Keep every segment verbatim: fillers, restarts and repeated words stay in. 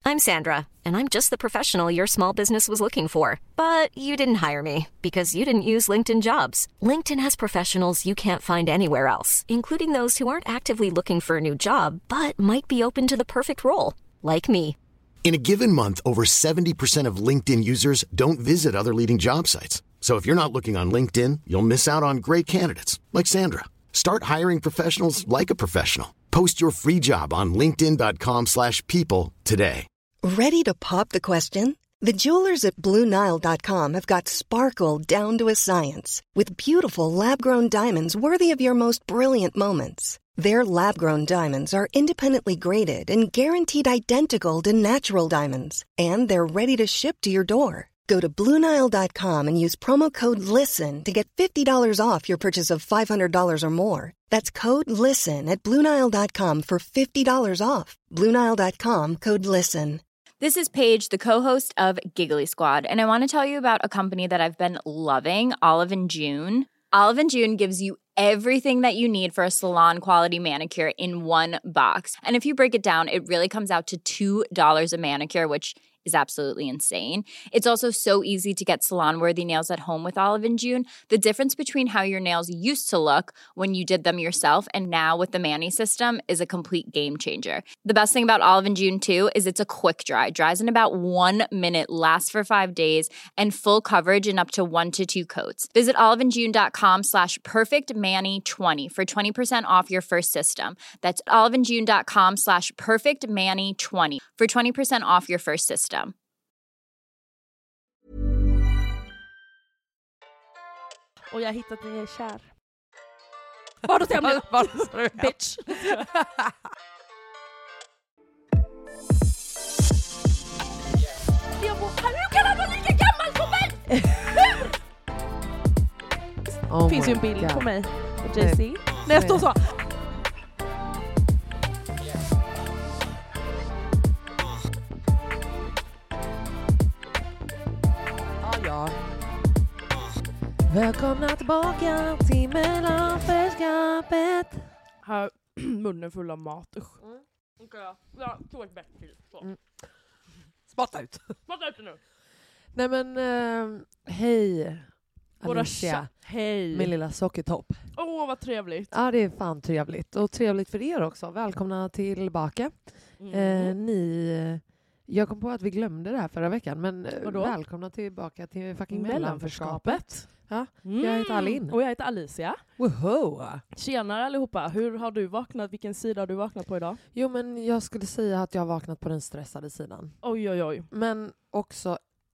I'm Sandra, and I'm just the professional your small business was looking for. But you didn't hire me because you didn't use LinkedIn Jobs. LinkedIn has professionals you can't find anywhere else, including those who aren't actively looking for a new job, but might be open to the perfect role, like me. In a given month, over seventy percent of LinkedIn users don't visit other leading job sites. So if you're not looking on LinkedIn, you'll miss out on great candidates like Sandra. Start hiring professionals like a professional. Post your free job on linkedin dot com slash people today. Ready to pop the question? The jewelers at Blue Nile dot com have got sparkle down to a science with beautiful lab-grown diamonds worthy of your most brilliant moments. Their lab-grown diamonds are independently graded and guaranteed identical to natural diamonds, and they're ready to ship to your door. Go to Blue Nile dot com and use promo code LISTEN to get fifty dollars off your purchase of five hundred dollars or more. That's code LISTEN at Blue Nile dot com for fifty dollars off. Blue Nile dot com, code LISTEN. This is Paige, the co-host of Giggly Squad, and I want to tell you about a company that I've been loving, Olive and June. Olive and June gives you everything that you need for a salon-quality manicure in one box. And if you break it down, it really comes out to two dollars a manicure, which is absolutely insane. It's also so easy to get salon-worthy nails at home with Olive and June. The difference between how your nails used to look when you did them yourself and now with the Mani system is a complete game changer. The best thing about Olive and June, too, is it's a quick dry. Dries in about one minute, lasts for five days, and full coverage in up to one to two coats. Visit oliveandjune.com slash perfectmani20 for twenty percent off your first system. That's oliveandjune.com slash perfectmani20 for twenty percent off your first system. Och jag har hittat att jag är kär. Vad sa jag? Vad sa du? Bitch. Jag må, hur kan han vara lika gammal som mig? Oh finns ju en bild God. På mig och Jay-Z. När jag står så. Välkomna tillbaka till mellanförskapet. Har munnen full av mat. Usch. Mm. Okej, okay, jag tog ett bättre till. Mm. Spotta ut. Spotta ut det nu. Nej men, uh, hej Alicia. Hej. Min lilla sockertopp. Åh, oh, vad trevligt. Ja, det är fan trevligt. Och trevligt för er också. Välkomna tillbaka. Mm. Uh, ni... Jag kom på att vi glömde det här förra veckan. Men Vadå? Välkomna tillbaka till fucking mellanförskapet. Ja, mm. Jag heter Alin. Och jag heter Alicia. Woho! Tjenare allihopa. Hur har du vaknat? Vilken sida har du vaknat på idag? Jo, men jag skulle säga att jag har vaknat på den stressade sidan. Oj, oj, oj. Men också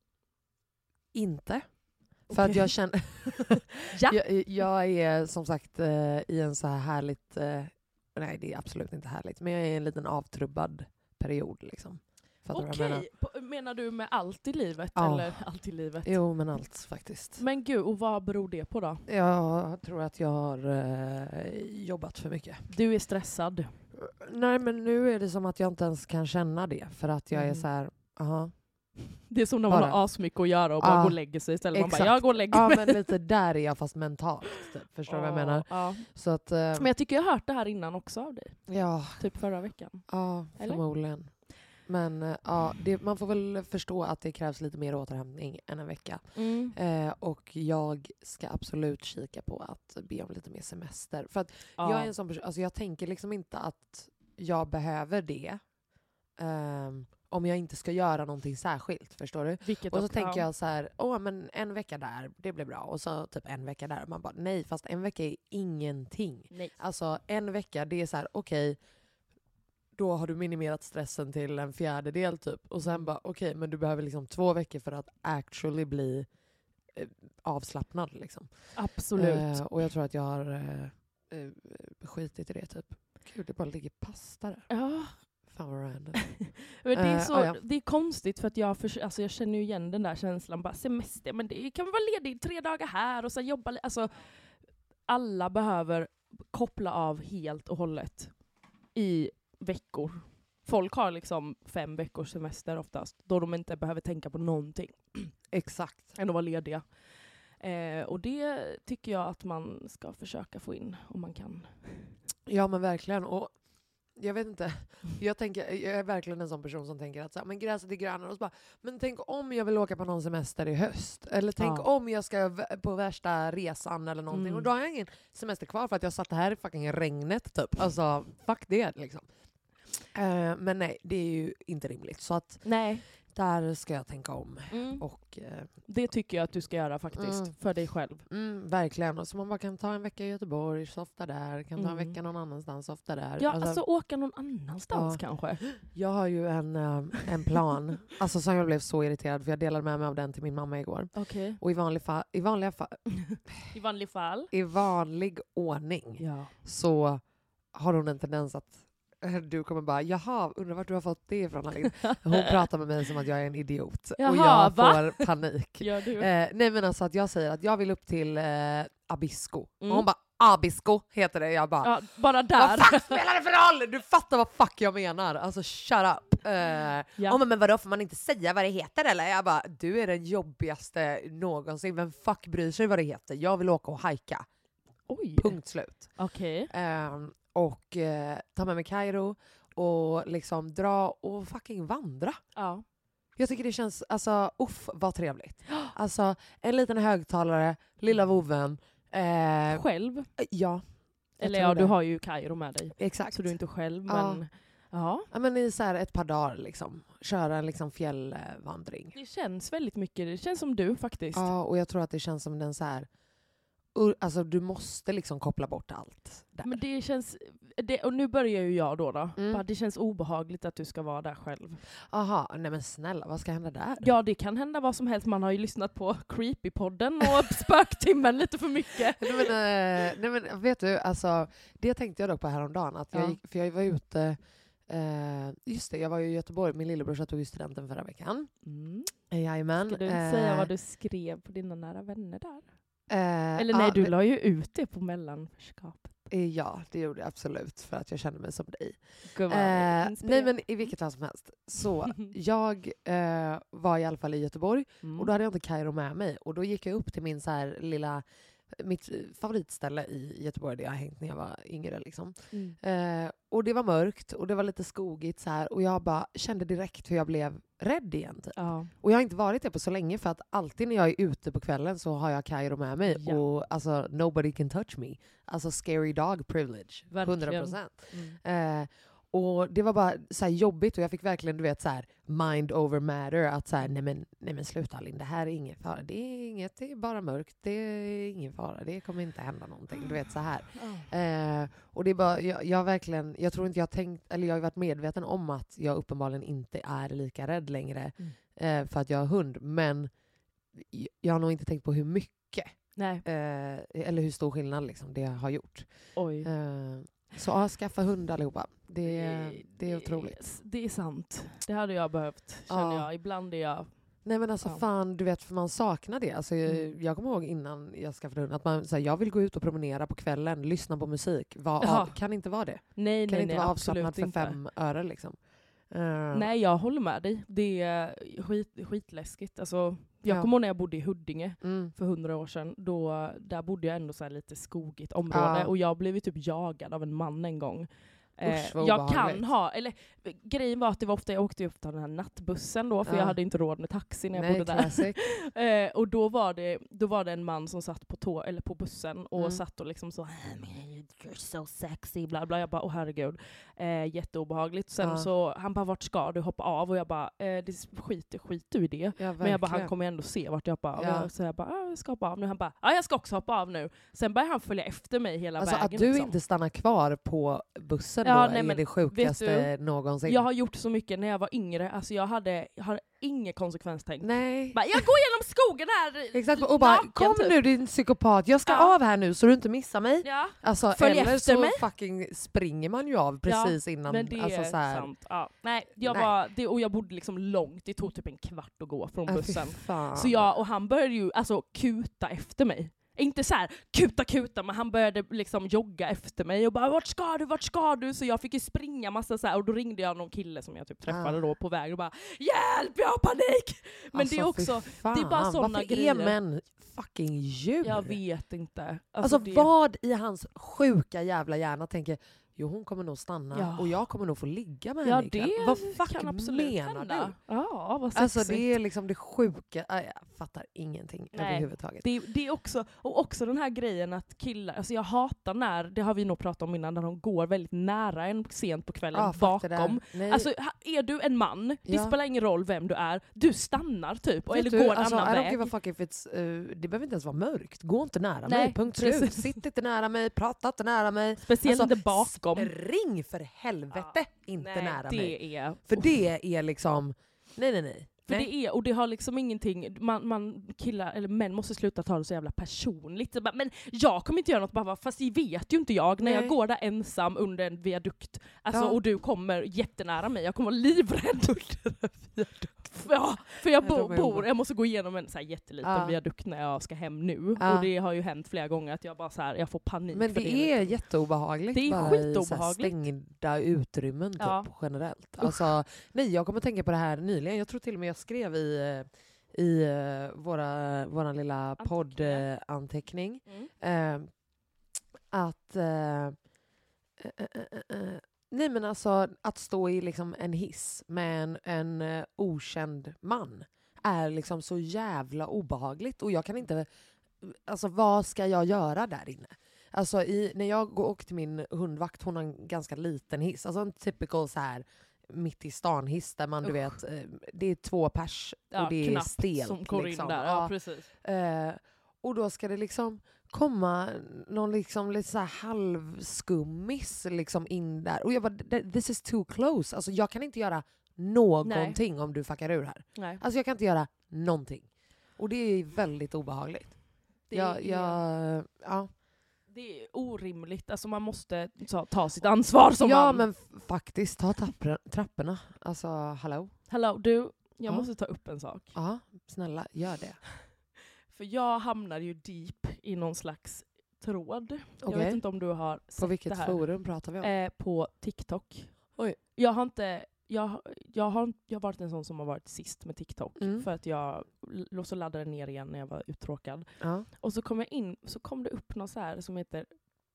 inte. För okay. att jag känner... ja. jag, jag är som sagt i en så här härligt... Nej, det är absolut inte härligt. Men jag är i en liten avtrubbad period liksom. Okej, okay. menar? menar du med allt i livet? Ja. Eller allt i livet? Jo, men allt faktiskt. Men gud, och vad beror det på då? Jag tror att jag har eh, jobbat för mycket. Du är stressad? Nej, men nu är det som att jag inte ens kan känna det. För att jag mm. är så här, aha. Det är som när man har asmycket att göra och bara ah, går och lägger sig istället. Exakt. Man bara, jag går och lägger ja, mig. men lite där är jag fast mentalt. Typ. Förstår du ah, vad jag menar? Ah. Så att, eh, men jag tycker jag har hört det här innan också av dig. Ja. Typ förra veckan. Ja, Eller? förmodligen. Men ja, det, man får väl förstå att det krävs lite mer återhämtning än en vecka. Mm. Eh, och jag ska absolut kika på att be om lite mer semester. För att ja. jag är en sån person, alltså jag tänker liksom inte att jag behöver det. Um, om jag inte ska göra någonting särskilt, förstår du? Vilket och så också, tänker jag så här, åh men en vecka där, det blir bra. Och så typ en vecka där. Man bara, nej, fast en vecka är ingenting. Nej. Alltså en vecka, det är så här, okej. Okay, då har du minimerat stressen till en fjärdedel typ. Och sen bara, okej, okay, men du behöver liksom två veckor för att actually bli eh, avslappnad liksom. Absolut. Eh, och jag tror att jag har eh, eh, skitit i det typ. Gud, det bara ligger pasta där. Ja. Fan vad random. Men det är så, uh, oh ja. det är konstigt för att jag, för, alltså jag känner ju igen den där känslan. Bara semester, men det kan vara ledig tre dagar här och sen jobba. Alltså, alla behöver koppla av helt och hållet i veckor. Folk har liksom fem veckors semester oftast. Då de inte behöver tänka på någonting. Exakt. Än att vara lediga. Eh, och det tycker jag att man ska försöka få in om man kan. Ja men verkligen. Och jag vet inte. Jag, tänker, jag är verkligen en sån person som tänker att så här, men gräset är grönare. Och så bara, men tänk om jag vill åka på någon semester i höst. Eller tänk ja. om jag ska v- på värsta resan eller någonting. Mm. Och då har jag ingen semester kvar för att jag satt här i fucking regnet typ. Alltså, fuck det liksom. Uh, men nej, det är ju inte rimligt. Så att nej. Där ska jag tänka om. Mm. Och, uh, det tycker jag att du ska göra faktiskt. Mm. För dig själv. Mm, verkligen. Och så man bara kan ta en vecka i Göteborg, softa där. Kan ta en mm. vecka någon annanstans, softa där. Ja, alltså, alltså åka någon annanstans ja. kanske. Jag har ju en, uh, en plan. Alltså som jag blev så irriterad. För jag delade med mig av den till min mamma igår. Okay. Och i vanlig fall... I vanliga fall... I vanlig fall? I vanlig ordning. Ja. Så har hon en tendens att du kommer bara, jaha, undrar vart du har fått det ifrån. Hon pratar med mig som att jag är en idiot. Jaha, och jag va? får panik. Gör du? Eh, nej men alltså att jag säger att jag vill upp till eh, Abisko. Mm. Och hon bara, Abisko heter det. Jag bara, ja, bara där. Vad fuck spelar det för roll? Du fattar vad fuck jag menar. Alltså shut up. Eh, ja. oh, men, men vadå, får man inte säga vad det heter eller? Jag bara, du är den jobbigaste någonsin. Vem fuck bryr sig vad det heter? Jag vill åka och hajka. Oj. Punkt slut. Okej. Okay. Eh, och eh, ta med mig Kairo och liksom dra och fucking vandra. Ja. Jag tycker det känns, alltså, uff, vad trevligt. Alltså, en liten högtalare, lilla voven. Eh, själv? Ja. Eller ja, det. Du har ju Kairo med dig. Exakt. Så du är inte själv, ja. men... Ja. Ja, men i så här ett par dagar liksom. Köra en liksom fjällvandring. Det känns väldigt mycket, det känns som du faktiskt. Ja, och jag tror att det känns som den så här... Alltså du måste liksom koppla bort allt där. Men det känns, det, och nu börjar ju jag då då. Mm. Bara, det känns obehagligt att du ska vara där själv. Aha, nej men snälla, vad ska hända där? Ja, det kan hända vad som helst. Man har ju lyssnat på Creepy-podden och Spöktimmen lite för mycket. nej, men, äh, nej men vet du, alltså det tänkte jag dock på häromdagen. Att jag ja. gick, för jag var ute, äh, just det, jag var ju i Göteborg. Min lillebror tog ju studenten förra veckan. Mm. Jajamän. Ska du inte äh, säga vad du skrev på dina nära vänner där? Eh, Eller nej, ah, du la ju ut det på mellanförskapet. Ja, det gjorde jag absolut för att jag kände mig som dig. Eh, nej, men i vilket fall som helst. Så jag eh, var i alla fall i Göteborg mm. och då hade jag inte Kairo med mig. Och då gick jag upp till min så här lilla, mitt favoritställe i Göteborg där jag har hängt när jag var yngre. Liksom. Mm. Eh, och det var mörkt och det var lite skogigt så här. Och jag bara kände direkt hur jag blev rädd igen. Typ. Ja. Och jag har inte varit det på så llänge för att alltid när jag är ute på kvällen så har jag Kairo med mig. Ja. Och alltså, nobody can touch me. Alltså scary dog privilege. Verkligen. hundra procent. Mm. Eh, och det var bara så här jobbigt och jag fick verkligen, du vet, så här mind over matter. Att så här, nej men, nej men sluta Linn, det här är ingen fara. Det är inget, det är bara mörkt. Det är ingen fara. Det kommer inte hända någonting. Du vet så här. Oh. Eh, och det är bara, jag, jag verkligen, jag tror inte jag har tänkt, eller jag har varit medveten om att jag uppenbarligen inte är lika rädd längre. Mm. Eh, för att jag har hund. Men jag har nog inte tänkt på hur mycket. Nej. Eh, eller hur stor skillnad liksom, det har gjort. Oj. Eh, så ja, skaffa hund allihopa. Det, det, det är otroligt. Det är sant. Det hade jag behövt, känner ja. jag. Ibland är jag... Nej men alltså ja. fan, du vet, för man saknar det. Alltså, mm. jag, jag kommer ihåg innan jag skaffade hund att man, så här, jag vill gå ut och promenera på kvällen, lyssna på musik. Var, ja. av, kan inte vara det. Nej, kan nej, inte nej, vara avslappnad för inte. fem öre liksom. Uh. Nej, jag håller med dig. Det är skit, skitläskigt. Alltså, jag ja. kommer ihåg när jag bodde i Huddinge mm. för hundra år sedan. Då, där bodde jag ändå så här lite skogigt område. Ja. Och jag blev ju typ jagad av en man en gång. Usch, eh, jag kan ha, eller grejen var att det var ofta jag åkte upp till den här nattbussen då, för ja. jag hade inte råd med taxi när jag Nej, bodde där. eh, och då var, det, då var det en man som satt på, tå, eller på bussen och mm. satt och liksom så you're so sexy, bla bla. Jag bara, åh herregud, eh, jätteobehagligt. Sen ja. så, han bara, vart ska du hoppa av? Och jag bara, eh, det skit, skit du i det. Ja, men jag bara, han kommer ändå se vart jag hoppar av. Ja. Så jag bara, ah, jag ska hoppa av nu. Han bara, ja jag ska också hoppa av nu. Sen började han följa efter mig hela alltså, vägen. Att du liksom. inte stannar kvar på bussen ja, då nej, är men, det sjukaste du, någonsin. Jag har gjort så mycket när jag var yngre. Alltså jag hade, jag hade inget konsekvenstänk. Nej. Bara, jag går genom skogen här. Exakt, och bara, naken, kom typ. nu din psykopat, jag ska ja. av här nu så du inte missar mig. Ja. Alltså, Följ eller efter så mig. fucking springer man ju av precis ja, innan. Men det alltså, är så här. sant. Ja. Nej, jag Nej. Var, det, och jag bodde liksom långt. Det tog typ en kvart att gå från bussen. Äh, så jag, och han började ju alltså kuta efter mig. Inte så här kuta kuta, men han började liksom jogga efter mig och bara, vart ska du, vart ska du? Så jag fick ju springa massa så här, och då ringde jag någon kille som jag typ träffade ah. då på väg och bara, hjälp, jag har panik! Men alltså, det är också, det är bara sådana grejer. Varför är män fucking djur? Jag vet inte. Alltså, alltså det... vad i hans sjuka jävla hjärna tänker, jo hon kommer nog stanna Ja. och jag kommer nog få ligga med Ja, henne ikväll. det Vad fuck kan absolut menar hända. du? Ja, vad sexigt. Alltså det är liksom det sjuka. Aj, jag fattar ingenting Nej. överhuvudtaget. Det, det är också, och också den här grejen att killar, alltså jag hatar när, det har vi nog pratat om innan, när de går väldigt nära en sent på kvällen Ja, fuck det där. bakom. Nej. Alltså ha- är du en man, det Ja. spelar ingen roll vem du är, du stannar typ, och, Vet eller du, går en alltså, annan I don't väg. give a fuck if it's, uh, det behöver inte ens vara mörkt. Gå inte nära Nej, mig, punkt slut. precis. Sitt inte nära mig, prata inte nära mig. Speciellt Alltså, inte bakom. Ring för helvete Ja. inte Nej, nära det mig. är... För det är liksom, nej nej nej. För nej. det är, och det har liksom ingenting, man, man killar, eller män måste sluta ta det så jävla personligt. Så bara, men jag kommer inte göra något, bara, fast det vet ju inte jag när Nej. jag går där ensam under en viadukt. Alltså, Ja. och du kommer jättenära mig, jag kommer vara livrädd. Ja, för jag Ja, bo, de är bor, obehagligt. jag måste gå igenom en så här jätteliten Ja. viadukt när jag ska hem nu. Ja. Och det har ju hänt flera gånger att jag bara så här, jag får panik. Men för det är liksom. jätteobehagligt. Det är bara i så här skitobehagligt. stängda utrymmen typ, Ja. generellt. Alltså, nej, jag kommer tänka på det här nyligen. Jag tror till och med jag skrev i, eh, i eh, våra, våra lilla Anteckningar. poddanteckning Mm. eh, att eh, eh, eh, eh, nej men alltså att stå i liksom en hiss med en, en eh, okänd man är liksom så jävla obehagligt, och jag kan inte, alltså vad ska jag göra där inne? Alltså i, när jag går och till min hundvakt, hon har en ganska liten hiss, alltså en typical så här mitt i stan hiss där man, du Usch. vet, eh, det är två pers Ja, och det är knapp stelt som går liksom. in där. Ja, precis. Eh, och då ska det liksom komma någon liksom lite så här halvskummis liksom in där. Och jag bara, "Th- this is too close. Alltså jag kan inte göra någonting om du fuckar ur här. Nej. Alltså jag kan inte göra någonting. Och det är väldigt obehagligt. Det jag, är- jag, ja. Det är orimligt, alltså man måste ta, ta sitt ansvar som ja man. men f- faktiskt, ta tappra, trapporna. Alltså hallå? Hallå, du, jag Ja. måste ta upp en sak. Ja, snälla gör det. För jag hamnar ju deep i någon slags tråd. Jag Okej. vet inte om du har sett På vilket det här. forum pratar vi om? Eh, på TikTok. Oj. Jag har inte... Jag, jag, har, jag har varit en sån som har varit sist med TikTok. Mm. För att jag l- så laddade ner igen när jag var uttråkad. Ja. Och så kom jag in, så kom det upp något så här som heter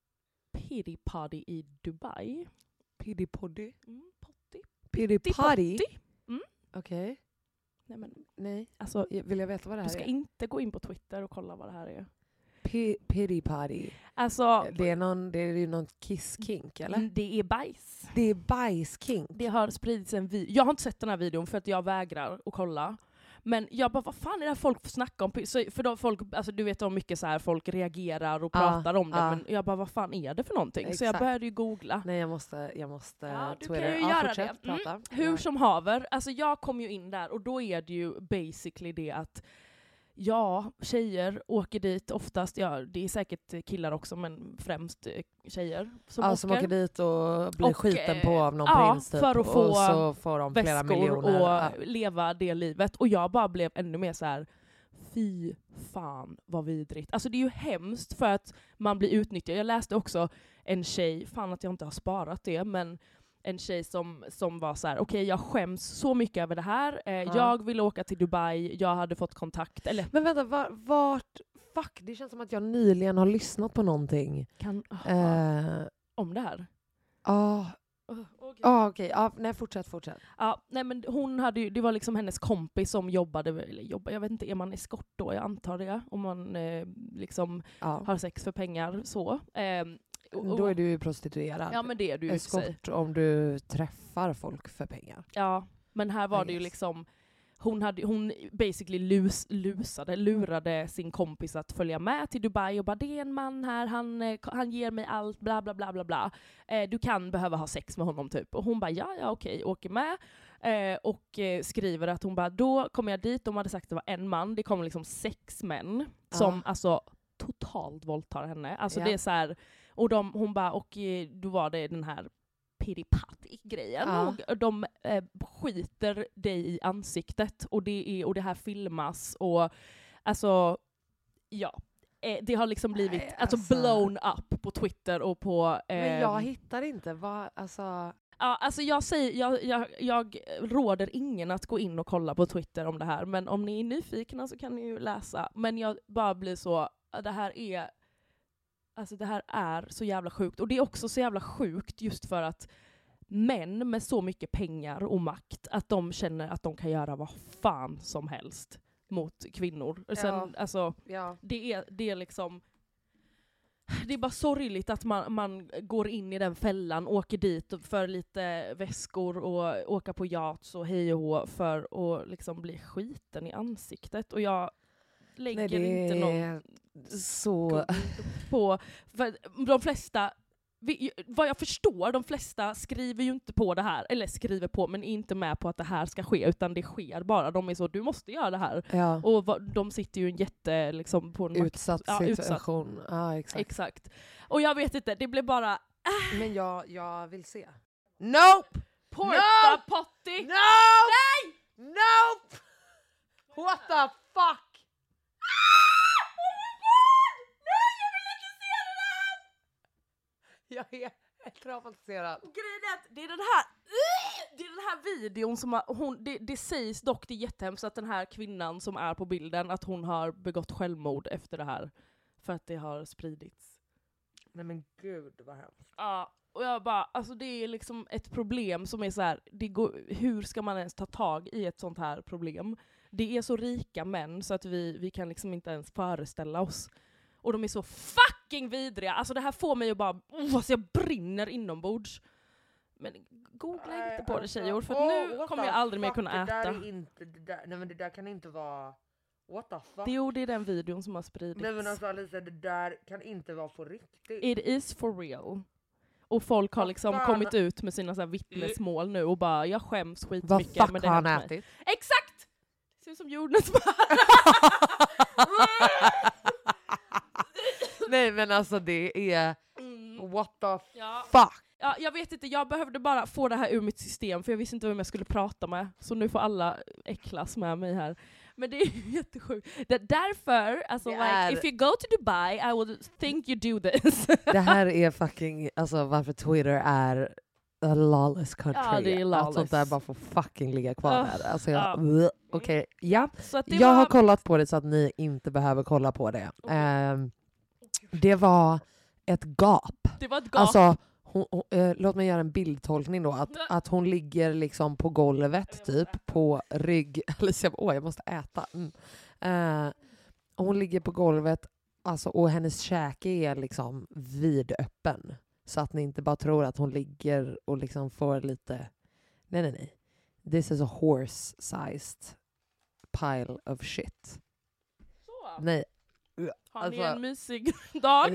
Pity Party i Dubai. Piddy poddy? Mm, potty. Piddy Potty. party? Mm. Okej. Nej, men, Nej. alltså, Vill jag veta vad det du här ska är? inte gå in på Twitter och kolla vad det här är. P- Pity party. Alltså, Det är, någon, det är ju någon kiss-kink, eller? mm, det är bajs. Det är bajskink. Det har spridits en video. Jag har inte sett den här videon för att jag vägrar att kolla. Men jag bara, vad fan är det här folk får snacka om? Så, för då folk, alltså du vet om mycket så här folk reagerar och Ah, pratar om det. ah. Men jag bara, vad fan är det för någonting? Så jag Exakt. började ju googla. Nej, jag måste, jag måste Ja, du Twitter. kan ju Ja, göra fortsätt det. Mm. prata. Hur Ja. som haver, alltså jag kom ju in där och då är det ju basically det att ja, tjejer åker dit oftast, ja det är säkert killar också men främst eh, tjejer som Ja, åker. som åker dit och blir Och, skiten eh, på av någon ja, prins typ. för att få och så får de flera väskor miljoner. och Ja. leva det livet. Och jag bara blev ännu mer så här: fy fan vad vidrigt. Alltså det är ju hemskt för att man blir utnyttjad. Jag läste också en tjej, fan att jag inte har sparat det, men en tjej som, som var så här: okej okay, jag skäms så mycket över det här. Eh, Ja. Jag ville åka till Dubai, jag hade fått kontakt. Eller Men vänta, var, vart... Fuck, det känns som att jag nyligen har lyssnat på någonting. kan, Eh, om det här. Ja, Uh, okay. ah, okej. Ja, nej, fortsätt, fortsätt. Ja, nej men hon hade ju, det var liksom hennes kompis som jobbade, eller jobbade, jag vet inte, är man eskort då? Jag antar det. Om man eh, liksom Ja. har sex för pengar så. Ehm, och, och, Då är du ju prostituerad. ja men det är du ju i och för sig. Eskort om du träffar folk för pengar. Ja, men här var I det ju guess. liksom, hon, hade, hon basically lus, lusade, lurade sin kompis att följa med till Dubai och bara, det är en man här, han, eh, han ger mig allt, bla bla bla bla bla. Eh, du kan behöva ha sex med honom typ. Och hon bara, ja ja okej, åker med. Eh, och eh, skriver att hon bara, då kommer jag dit, de hade sagt att det var en man, det kommer liksom sex män som Ja. alltså totalt våldtar henne. Alltså Ja. det är så här, och de, hon bara, och eh, då var det den här pity-patty-grejen. Ja. Och de eh, skiter dig i ansiktet och det, är, och det här filmas och alltså, ja. Eh, det har liksom blivit Nej, alltså, alltså. blown up på Twitter och på... Men ehm, jag hittar inte vad, alltså... Ja, alltså jag, säger, jag, jag, jag råder ingen att gå in och kolla på Twitter om det här, men om ni är nyfikna så kan ni ju läsa. Men jag bara blir så, det här är Alltså det här är så jävla sjukt. Och det är också så jävla sjukt just för att män med så mycket pengar och makt, att de känner att de kan göra vad fan som helst mot kvinnor. Ja. Sen, alltså, ja. det, är, det är liksom... Det är bara sorgligt att man, man går in i den fällan, åker dit för lite väskor och åka på yachts och hej och hå för att liksom bli skiten i ansiktet. Och jag lägger Nej, inte någon så på... För de flesta... Vi, vad jag förstår, de flesta skriver ju inte på det här, eller skriver på men är inte med på att det här ska ske, utan det sker bara. De är så, du måste göra det här. Ja. Och va, de sitter ju en jätte liksom på en utsatt makt, situation. Ja, ja, exakt. exakt. Och jag vet inte, det blev bara... Äh. Men jag, jag vill se. Nope! Porta nope! potty! Nope! Nej! Nope! What the fuck? Jag är helt traumatiserad. Grejen är att det är den här uh, det är den här videon som har, hon, det, det sägs dock, det är jättehemskt att den här kvinnan som är på bilden, att hon har begått självmord efter det här. För att det har spridits. Nej men gud vad hemskt. Ja, och jag bara, alltså det är liksom ett problem som är så här, det går, hur ska man ens ta tag i ett sånt här problem? Det är så rika män så att vi, vi kan liksom inte ens föreställa oss. Och de är så fucking vidriga. Alltså det här får mig att bara... Oh, alltså jag brinner inombords. Men googla inte på det, tjejer. För oh, nu kommer jag aldrig mer kunna det äta. Där är inte, det där, nej men det där kan inte vara... What the fuck? Det, jo, det är den videon som har spridits. Nej men alltså Alicia, det där kan inte vara på riktigt. It is for real. Och folk har liksom oh, kommit ut med sina så här vittnesmål nu och bara, jag skäms skitmycket. Vad fuck har han ätit? Exakt! Det ser ut som jordens Nej men alltså det är mm. what the ja. fuck. Ja, jag vet inte, jag behövde bara få det här ur mitt system för jag visste inte vem jag skulle prata med. Så nu får alla äcklas med mig här. Men det är ju jättesjukt. Det, därför, alltså det like, är... if you go to Dubai, I would think you do this. Det här är fucking, alltså varför Twitter är a lawless country. Ja, det är lawless. Att sånt där bara får fucking ligga kvar uh, där. Alltså jag, uh. okej, okay. ja. Jag var... har kollat på det så att ni inte behöver kolla på det. Okay. Um, det var ett gap. Det var ett gap. Alltså, hon, hon, eh, låt mig göra en bildtolkning då. Att, att hon ligger liksom på golvet, typ, på rygg. Alicia, åh, jag måste äta. Mm. Uh, hon ligger på golvet, alltså, och hennes käke är liksom vidöppen. Så att ni inte bara tror att hon ligger och liksom får lite... Nej, nej, nej. This is a horse-sized pile of shit. Så. Nej. Har ni alltså, en mysig dag?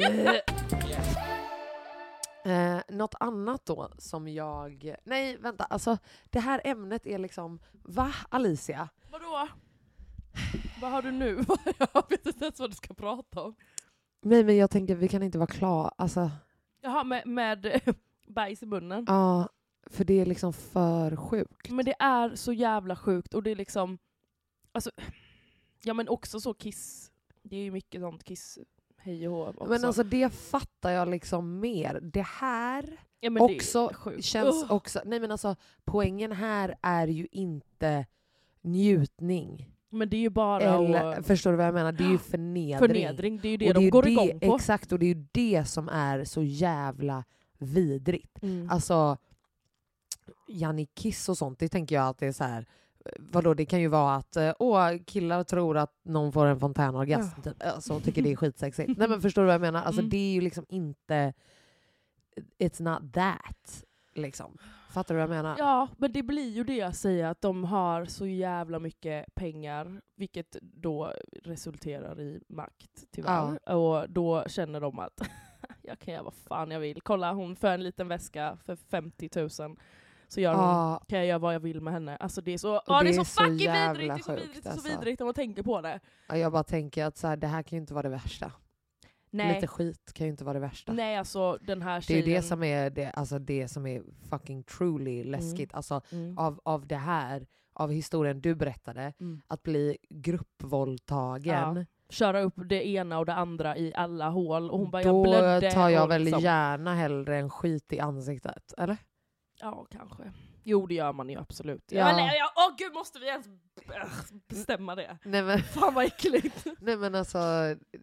eh, något annat då som jag... Nej, vänta. Alltså, det här ämnet är liksom... Va, Alicia? Vadå? Vad har du nu? Jag vet inte ens vad du ska prata om. Nej, men jag tänker vi kan inte vara klara. Alltså... Jaha, med, med bajs i munnen? Ja, för det är liksom för sjukt. Men det är så jävla sjukt. Och det är liksom... Alltså, ja, men också så kiss... Det är ju mycket sånt kiss, hej och hå också. Men alltså det fattar jag liksom mer. Det här ja, men också det känns uh. också... Nej men alltså poängen här är ju inte njutning. Men det är ju bara... Eller, och... Förstår du vad jag menar? Det är ju förnedring. Förnedring, det är ju det och de det går det, igång på. Exakt, och det är ju det som är så jävla vidrigt. Mm. Alltså, Janni Kiss och sånt, det tänker jag att det är så här... Vadå, det kan ju vara att åh, killar tror att någon får en fontänorgasm typ. Alltså, och tycker det är skitsexigt. Nej men förstår du vad jag menar? Alltså mm. det är ju liksom inte it's not that liksom. Fattar du vad jag menar? Ja, men det blir ju det jag säger, att de har så jävla mycket pengar, vilket då resulterar i makt tyvärr. Ja. Och då känner de att jag kan göra vad fan jag vill. Kolla, hon för en liten väska för femtio tusen. Så gör hon, ah. kan jag göra vad jag vill med henne. Alltså det är så, ah, det är så, så fucking vidrigt, det är så vidrigt, det är så alltså. vidrigt om man tänker på det. Ja, jag bara tänker att så här, det här kan ju inte vara det värsta. Nej. Lite skit kan ju inte vara det värsta. Nej, alltså den här tjejen... Det är ju det som är, det, alltså, det som är fucking truly läskigt. Mm. Alltså mm. Av, av det här, av historien du berättade, mm. att bli gruppvåldtagen. Ja. Köra upp det ena och det andra i alla hål. Och hon bara, då jag blödde. Då tar jag väl liksom. gärna hellre en skit i ansiktet, eller? Ja, kanske. Jo, det gör man ju absolut. Ja. Ja, eller, ja, åh gud, måste vi ens bestämma det? Nej, men... Fan vad äckligt. Nej men alltså,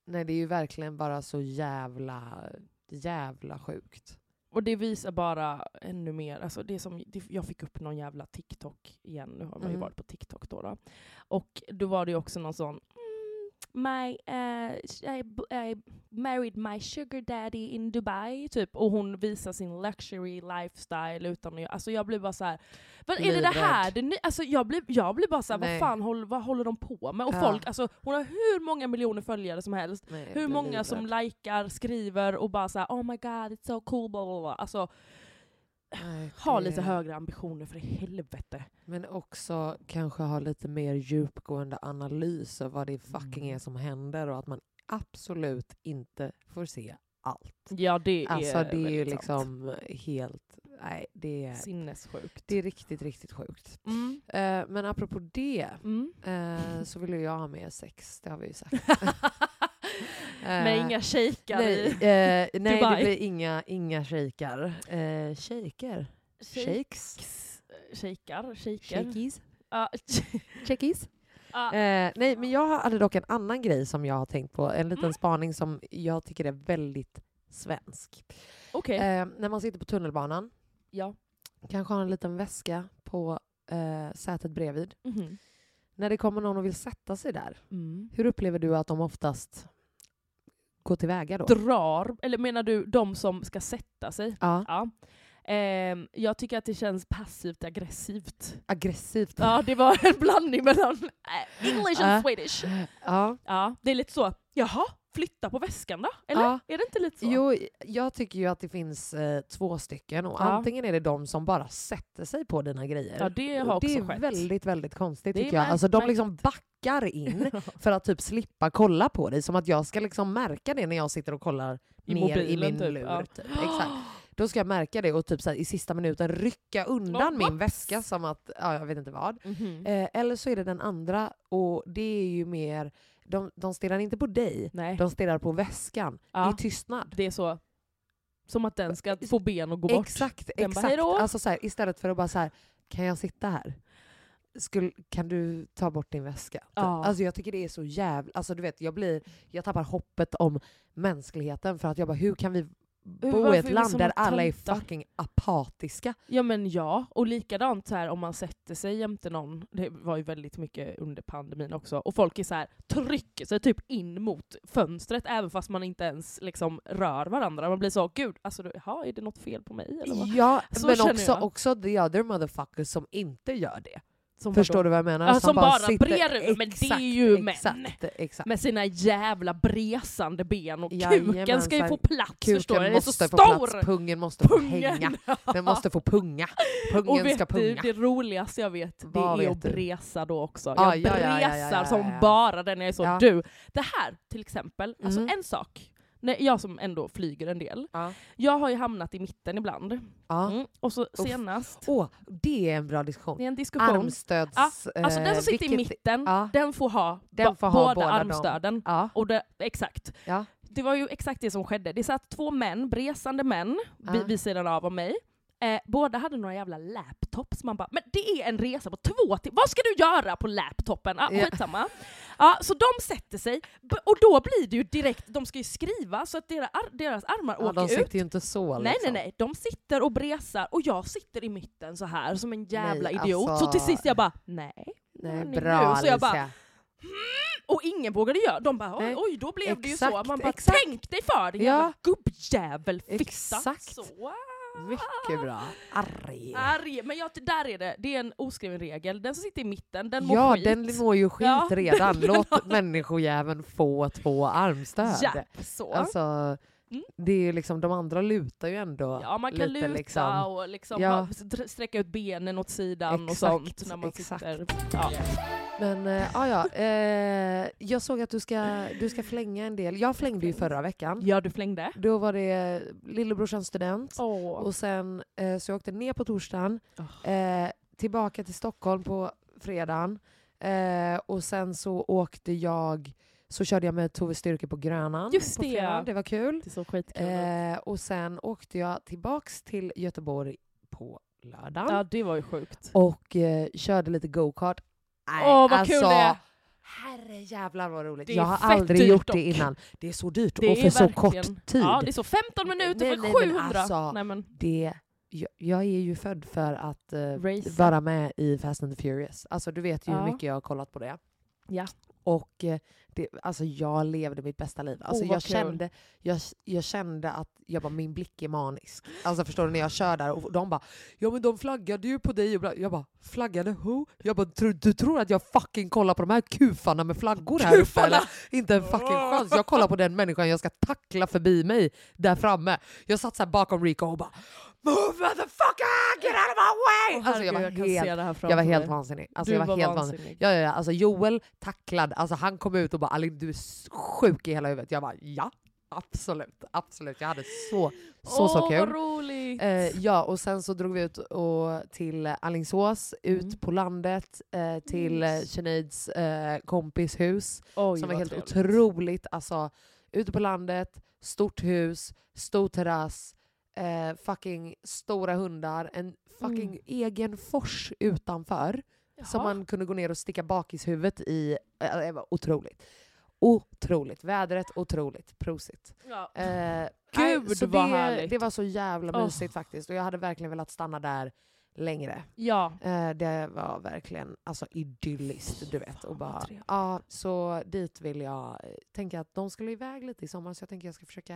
nej, det är ju verkligen bara så jävla, jävla sjukt. Och det visar bara ännu mer, alltså det som, det, jag fick upp någon jävla TikTok igen, nu har man ju Mm. varit på TikTok då, då. Och då var det ju också någon sån, My, uh, I, I married my sugar daddy in Dubai, typ. Och hon visar sin luxury lifestyle utan att, alltså jag blir bara så här, vad är det det här? Det ny, alltså jag blir, jag blir bara så här, vad fan håller, vad håller de på med? Och ja. folk, alltså hon har hur många miljoner följare som helst. Nej, hur många livrädd. som likar, skriver och bara så här, oh my god, it's so cool, blah, blah, blah. Alltså, Nej, ha det- lite högre ambitioner för i helvete. Men också kanske ha lite mer djupgående analys av vad det fucking är som händer och att man absolut inte får se allt. Ja, det är Alltså det är ju väldigt sant. liksom helt, nej det är, Sinnessjukt. det är riktigt, riktigt sjukt. Mm. Eh, men apropå det Mm. eh, så vill ju jag ha med sex, det har vi ju sagt. Men Eh, inga shejkar nej, i eh, nej Dubai. det blir inga, inga shejkar. Eh, shejker? Shakes? Shejkar, shejker. Shakies? Ja. Checkies? Ja. Eh, nej, men jag hade dock en annan grej som jag har tänkt på. En liten Mm. spaning som jag tycker är väldigt svensk. Okej. Eh, när man sitter på tunnelbanan, Ja. kanske har en liten väska på eh, sätet bredvid. Mhm. När det kommer någon och vill sätta sig där, Mm. hur upplever du att de oftast går tillväga då? Drar, eller menar du de som ska sätta sig? Ja, Ja. Ehm, jag tycker att det känns passivt aggressivt. aggressivt. Ja, det var en blandning mellan äh, English and Äh. Swedish. Ja. Ja, det är lite så, jaha, flytta på väskan då? Eller? Ja. Är det inte lite så? Jo, jag tycker ju att det finns eh, två stycken. Och Ja. antingen är det de som bara sätter sig på dina grejer. Ja, det har Och också det är skett. väldigt, väldigt konstigt Det är tycker jag. märk- Alltså de märkligt. liksom backar in för att typ slippa kolla på dig. Som att jag ska liksom märka det när jag sitter och kollar I ner mobilen i min typ, lur. ja. Typ. Exakt. Då ska jag märka det och typ så här, i sista minuten rycka undan Oh, min whoops. väska som att, ja jag vet inte vad. Mhm. Eh, eller så är det den andra och det är ju mer, de, de stirrar inte på dig, Nej, de stirrar på väskan Ja. i tystnad. det är så. Som att den ska få ben och gå bort. Exakt, Den bara, exakt. "Hejdå." Alltså så här, istället för att bara så här, kan jag sitta här? Skulle, kan du ta bort din väska? Ja. Alltså jag tycker det är så jävla, alltså du vet, jag blir, jag tappar hoppet om mänskligheten för att jag bara, hur kan vi bo varför i är ett vi land såna där alla är töntar? fucking apatiska? Ja men ja, och likadant så här om man sätter sig jämte någon, det var ju väldigt mycket under pandemin också, och folk är så här, trycker sig typ in mot fönstret även fast man inte ens liksom rör varandra. Man blir så, gud, alltså jaha, är det något fel på mig? Eller vad? Ja, Så men känner också, jag. också the other motherfuckers som inte gör det. Som Förstår vadå? du vad jag menar? Ja, som bara sitter- brer, men det är Exakt, ju män. Exakt, exakt. Med sina jävla bresande ben, och kuken Jajamensan. ska ju få plats, förstår Kuken du? Den är så måste få stor! plats, pungen måste få Pungen. hänga. Den måste få punga. Och Pungen vet ska du, punga. det roligaste jag vet, det Vad är vet att du? bresa då också. Ah, Jag ja, ja, ja, bresar ja, ja, som ja. bara den. Jag är så, Ja. du, det här till exempel, alltså Mm. en sak, när jag som ändå flyger en del, Ja. jag har ju hamnat i mitten ibland. Ja. Mm. Och så senast, Åh, det är en bra diskussion. det är en diskussion. Armstöds... Ja, alltså den som sitter eh, i vilket- mitten, Ja. den får ha, Den ba- får ha båda, båda dem. armstöden. Ja. Och det, exakt. Ja. Det var ju exakt det som skedde. Det satt två män, bresande män, vid, Ja. vid sidan av, av mig. Eh, båda hade några jävla laptops. Man bara, men det är en resa på två timmar. Vad ska du göra på laptopen? Ah, Ja. skitsamma. Ja, så de sätter sig, b- och då blir det ju direkt, de ska ju skriva så att deras, ar- deras armar Ja, de åker sitter ut. ju inte så. Nej, liksom. nej, nej. De sitter och bresar och jag sitter i mitten så här som en jävla Nej, idiot. alltså- Så till sist jag bara, nej. Nej, hörni bra nu. Så jag bara, Alicia. och ingen vågade göra. De bara, oj, Nej. oj då blev det ju så. Exakt, Man bara, exakt. tänk dig för din Ja. jävla gubbjävel, fitta. Exakt. Så. Mycket bra. Arg. Arg. Men jag, där är det, det är en oskriven regel. Den som sitter i mitten, den mår Ja, skit. den mår ju skit Ja. redan. Låt människojäveln få två armstöd. Japp, så. Alltså, Mm. det är ju liksom, de andra lutar ju ändå Ja, man kan lite luta liksom. och liksom Ja. ha, dr- sträcka ut benen åt sidan och Exakt, sånt när man exakt. sitter. Ja. Men äh, ja, ja. Eh, jag såg att du ska, du ska flänga en del. Jag flängde ju förra veckan. ja, du flängde. Då var det lillebrorsans student. Åh. Och sen eh, så jag åkte ner på torsdagen. Oh. Eh, tillbaka till Stockholm på fredagen. Eh, och sen så åkte jag, så körde jag med Tove Styrke på Grönan. Just på det, fredagen. ja. Det var kul. Det är så skitkul. Eh, och sen åkte jag tillbaks till Göteborg på lördagen. ja, det var ju sjukt. Och eh, körde lite go-kart. Nej, Åh, vad alltså, kul det är. Herre jävlar vad roligt. Det är Jag har fett aldrig dyrt gjort dock. det innan. Det är så dyrt Det och för är så verkligen- kort tid. Ja, det är så femton minuter Nej, för nej, men sjuhundra. alltså, nej, men. Det, jag, jag är ju född för att uh, Race. vara med i Fast and the Furious. Alltså du vet ju Ja. hur mycket jag har kollat på det. Ja. Och eh, det, alltså jag levde mitt bästa liv. Alltså Oh, vad jag, kul. kände, jag, jag kände att jag bara, min blick är manisk. Alltså förstår du, när jag kör där och de bara, ja men de flaggade ju på dig. Och bla. Jag bara, flaggade who? Jag bara, du, du tror att jag fucking kollar på de här kufarna med flaggor här uppe eller? Inte en fucking chans. Jag kollar på den människan jag ska tackla förbi mig där framme. Jag satt så här bakom Rico och bara, move motherfucker, get out of my way! Åh, Alltså jag var herregud, jag kan se helt, det här framför jag var helt mig. vansinnig. Alltså Du jag var, var helt vansinnig. vansinnig. Ja, ja, ja. Alltså Joel tacklad, alltså han kom ut och bara, Alin du är sjuk i hela huvudet. Jag bara, ja, absolut, absolut. Jag hade så, så, så Åh, kul. vad roligt! Eh, ja, och sen så drog vi ut och till Alingsås, ut Mm. på landet, eh, till eh, Sinéads eh, kompis hus. Oj, som var vad helt trevligt. otroligt. Alltså, ute på landet, stort hus, stor terrass, eh, fucking stora hundar, en fucking Mm. egen fors utanför. Jaha. Som man kunde gå ner och sticka bakishuvudet i. Eh, det var otroligt. Otroligt. Vädret otroligt. Prosit. Ja. Eh, Gud, nej, så vad det, härligt. det var så jävla Åh. mysigt faktiskt. Och jag hade verkligen velat stanna där längre. ja. Eh, det var verkligen alltså idylliskt, du vet. Och vad bara, trevligt. ja, så dit vill jag eh, tänka att de skulle iväg lite i sommar, så jag tänker jag ska försöka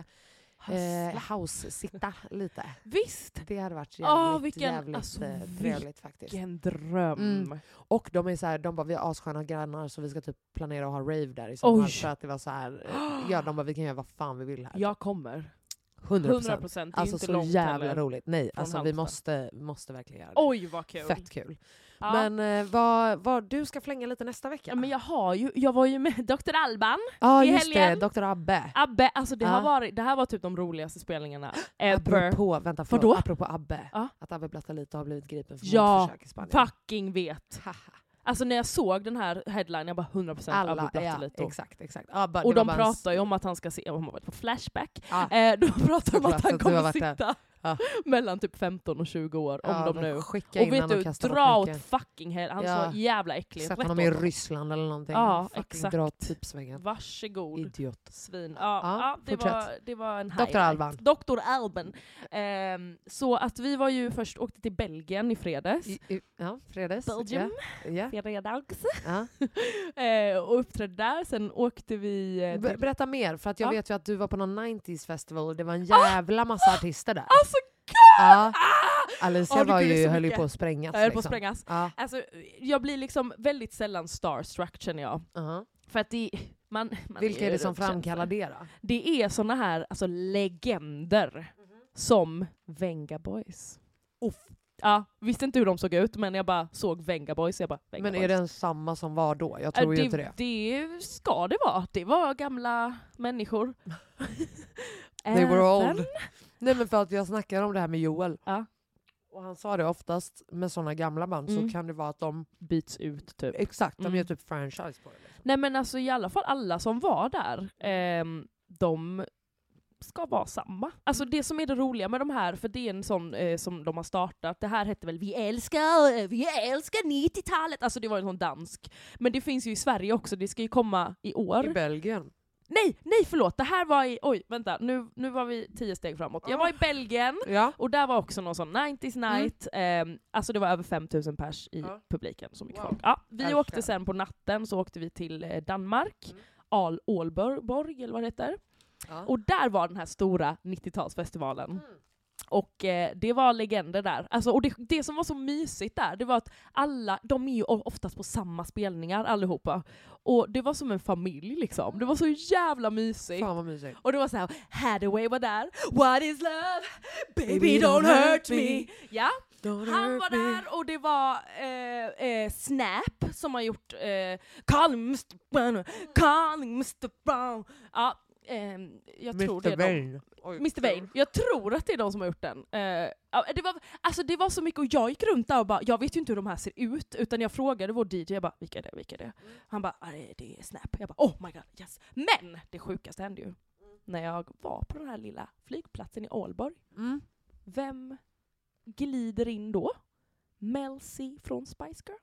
eh, Hassla. house-sitta lite. Visst! Det hade varit Åh, jävligt, vilken- jävligt alltså, eh, trevligt faktiskt. Vilken dröm. Mm. Och de är så här, de bara, vi har assköna grannar så vi ska typ planera att ha rave där i sommar. Oj. För att det var så här, eh, ja de bara, vi kan göra vad fan vi vill här. Jag kommer. hundra hundra procent. procent. Det är Alltså inte så långt jävla heller. roligt. Nej, från alltså vi Halmstad. måste, måste verkligen göra det. Oj, vad kul. Fett kul. Ja. Men eh, vad, vad du ska flänga lite nästa vecka? Ja, men jag, har ju, jag var ju med doktor Alban. Ja, i just det. helgen. doktor Abbe. Abbe, alltså det, Ja. har varit, det här var typ de roligaste spelningarna ever. Apropå, vänta, förlåt, Vadå? apropå Abbe. Ja. Att Abbe Blattalito har blivit gripen för Ja, mordförsök i Spanien. Fucking vet. Haha. Alltså när jag såg den här headline, jag bara hundra procent Abbe Alla, ja, Blattalito. exakt, exakt. Ja, bara, Och det var de bara en pratar ju om att han ska se, om han varit på Flashback, Ja. eh, de pratar om Såklart att han att du har kommer varit där. sitta Ja. mellan typ femton och tjugo år, om Ja, de men nu. skicka Och in vet honom och du, kasta dra bort åt mycket. fucking hell, han Ja. är så jävla äcklig. Sätt Rätt honom i åt. Ryssland eller någonting. Ja, Fucking exakt. dra åt typsvängen. Varsågod. Idiot. Svin. Ja, Ja, ja, det, fortsätt. var, det var en doktor highlight. Alban. doktor Alban. Ehm, så att vi var ju först åkte till Belgien i fredags. I, i, ja, fredags. Belgium. Ja. Ja. Fredags. Ja. Eh, och uppträdde där. Sen åkte vi... Eh, Ber- till... Berätta mer, för att jag Ja. vet ju att du var på någon nineties festival och det var en jävla massa artister där. Alltså gud! Ja. Ah! Alicia Åh, det var gud, det är ju, så höll ju mycket. på att sprängas. Jag höll på att liksom. sprängas. Ja. Alltså, jag blir liksom väldigt sällan starstruck känner jag. Uh-huh. För att det... Man, man Vilka är det som runt känslor. framkallar det då? Det är såna här alltså, legender som Venga Boys. Uff. Ja, visste inte hur de såg ut, men jag bara såg Venga Boys. Jag bara, Venga Men Boys. är den samma som var då? Jag Äh, tror ju det, inte det. det ska det vara. Det var gamla människor. They were Även- old. Nej men för att jag snackar om det här med Joel. Ja. Och han sa det oftast med såna gamla band Mm. så kan det vara att de, Byts ut typ. exakt, de Mm. gör typ franchise på det. Liksom. Nej men alltså i alla fall alla som var där, ehm, de ska vara samma. Alltså det som är det roliga med de här, för det är en sån eh, som de har startat, det här hette väl Vi älskar, vi älskar nittiotalet, alltså det var en sån dansk. Men det finns ju i Sverige också, det ska ju komma i år. I Belgien. Nej, nej förlåt, det här var i, oj vänta, nu, nu var vi tio steg framåt. Jag var i Belgien, Ja. och där var också någon sån nineties night, ehm, alltså det var över fem tusen pers i Ja. publiken. Så mycket Wow. folk. Ja, vi Älskar. åkte sen på natten, så åkte vi till eh, Danmark, Mm. Al Ålborg eller vad det heter. Ja. Och där var den här stora nittiotalsfestivalen. Mm. Och eh, det var legender där. Alltså, och det, det som var så mysigt där, det var att alla, de är ju oftast på samma spelningar allihopa. Och det var som en familj liksom. Det var så jävla mysigt. Fan vad mysigt. Och det var så här, Hathaway var där. What is love? Baby, Baby, don't don't hurt hurt me. me. Ja, Don't han hurt var me. där och det var eh, eh, Snap som har gjort eh, Calling mister Brown, Calling mister Brown. Ja, eh, jag tror det är de. Vain. Oj, mister Vain. Jag tror att det är de som har gjort den. Eh, ja, det, var, alltså det var så mycket, och jag gick runt där och bara, jag vet ju inte hur de här ser ut, utan jag frågade vår D J, jag bara, vilka är det, vilka är det? Han bara, ah, det, det är Snap. Jag bara, oh my god, yes. Men det sjukaste hände ju när jag var på den här lilla flygplatsen i Ålborg. Mm. Vem glider in då? Mel C från Spice Girls.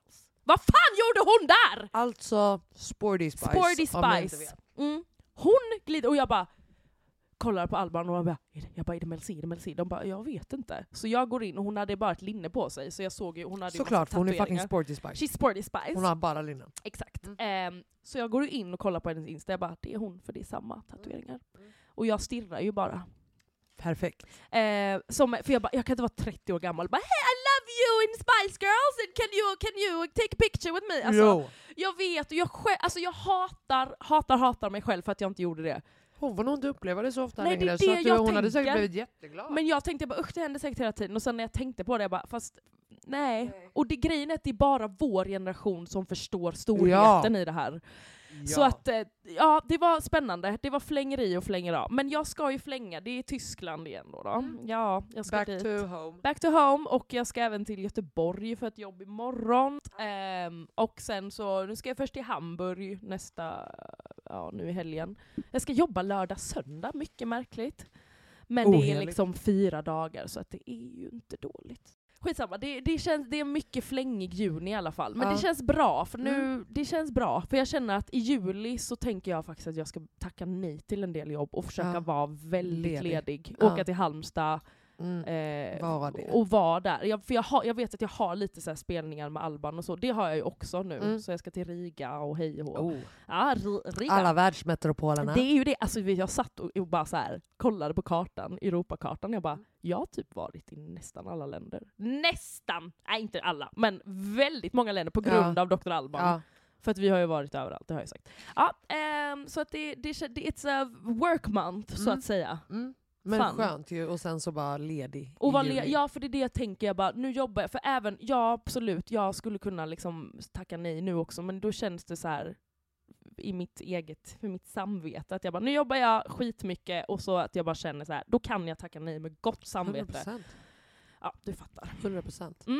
vad fan gjorde hon där? Alltså Sporty Spice. Sporty Spice. Mm. Hon glider och jag bara kollar på Alban och jag bara, jag bara är det Mel C, är det Mel C? De bara, jag vet inte. Så jag går in och hon hade bara ett linne på sig. Så jag såg ju, hon hade såklart, för hon är fucking Sporty Spice. She's Sporty Spice. Hon har bara linnen. Exakt. Mm. Um, så jag går in och kollar på hennes Insta. Jag bara, det är hon för det är samma tatueringar. Mm. Och jag stirrar ju bara. Perfekt. Uh, som, för jag bara, jag kan inte vara trettio år gammal. Bara, hey, I love you in Spice Girls. And can you, can you take a picture with me? Alltså, jag vet, och jag, alltså, jag hatar, hatar, hatar mig själv för att jag inte gjorde det. Hon var nog inte uppleva det så ofta Nej, längre, det så det att jag hon tänker. hade säkert blivit jätteglad. Men jag tänkte bara, usch det hände säkert hela tiden. Och sen när jag tänkte på det, jag bara, fast nej. nej. Och det grejen är att det är bara vår generation som förstår storheten ja. i det här. Ja. Så att, ja, det var spännande. Det var flängeri och flängera. Men jag ska ju flänga, det är Tyskland igen då. då. Mm. Ja, jag ska Back dit. to home. Back to home, och jag ska även till Göteborg för ett jobb imorgon. Um, och sen så, nu ska jag först till Hamburg nästa, ja nu i helgen. Jag ska jobba lördag, söndag, mycket märkligt. Men Oheligt. Det är liksom fyra dagar, så att det är ju inte dåligt. Skitsamma, det, det, känns, det är mycket flängig juni i alla fall. Men ja. det känns bra, för nu, mm. det känns bra. För jag känner att i juli så tänker jag faktiskt att jag ska tacka nej till en del jobb och försöka ja. vara väldigt ledig. ledig. Ja. Åka till Halmstad. Mm. Eh, var och vara där. Jag, för jag, har, jag vet att jag har lite så här spelningar med Alban och så. Det har jag ju också nu. Mm. Så jag ska till Riga och hej och hå. Oh. Ja, Riga. Alla världsmetropolerna. Det är ju det. Alltså, jag satt och, och bara så här kollade på kartan, Europakartan. Jag bara, jag har typ varit i nästan alla länder. Nästan! Nej, inte alla. Men väldigt många länder på grund ja. av doktor Alban. Ja. För att vi har ju varit överallt, det har jag sagt. Ja, um, så att det, det, det it's a work month, mm. så att säga. Mm. Men Fan. skönt ju, och sen så bara ledig. Och le- ja, för det är det jag tänker, jag bara, nu jobbar jag, för även, ja absolut, jag skulle kunna liksom tacka nej nu också, men då känns det så här i mitt eget, för mitt samvete, att jag bara, nu jobbar jag skitmycket, och så att jag bara känner så här, då kan jag tacka nej med gott samvete. hundra procent. Ja, du fattar. hundra procent. Mm.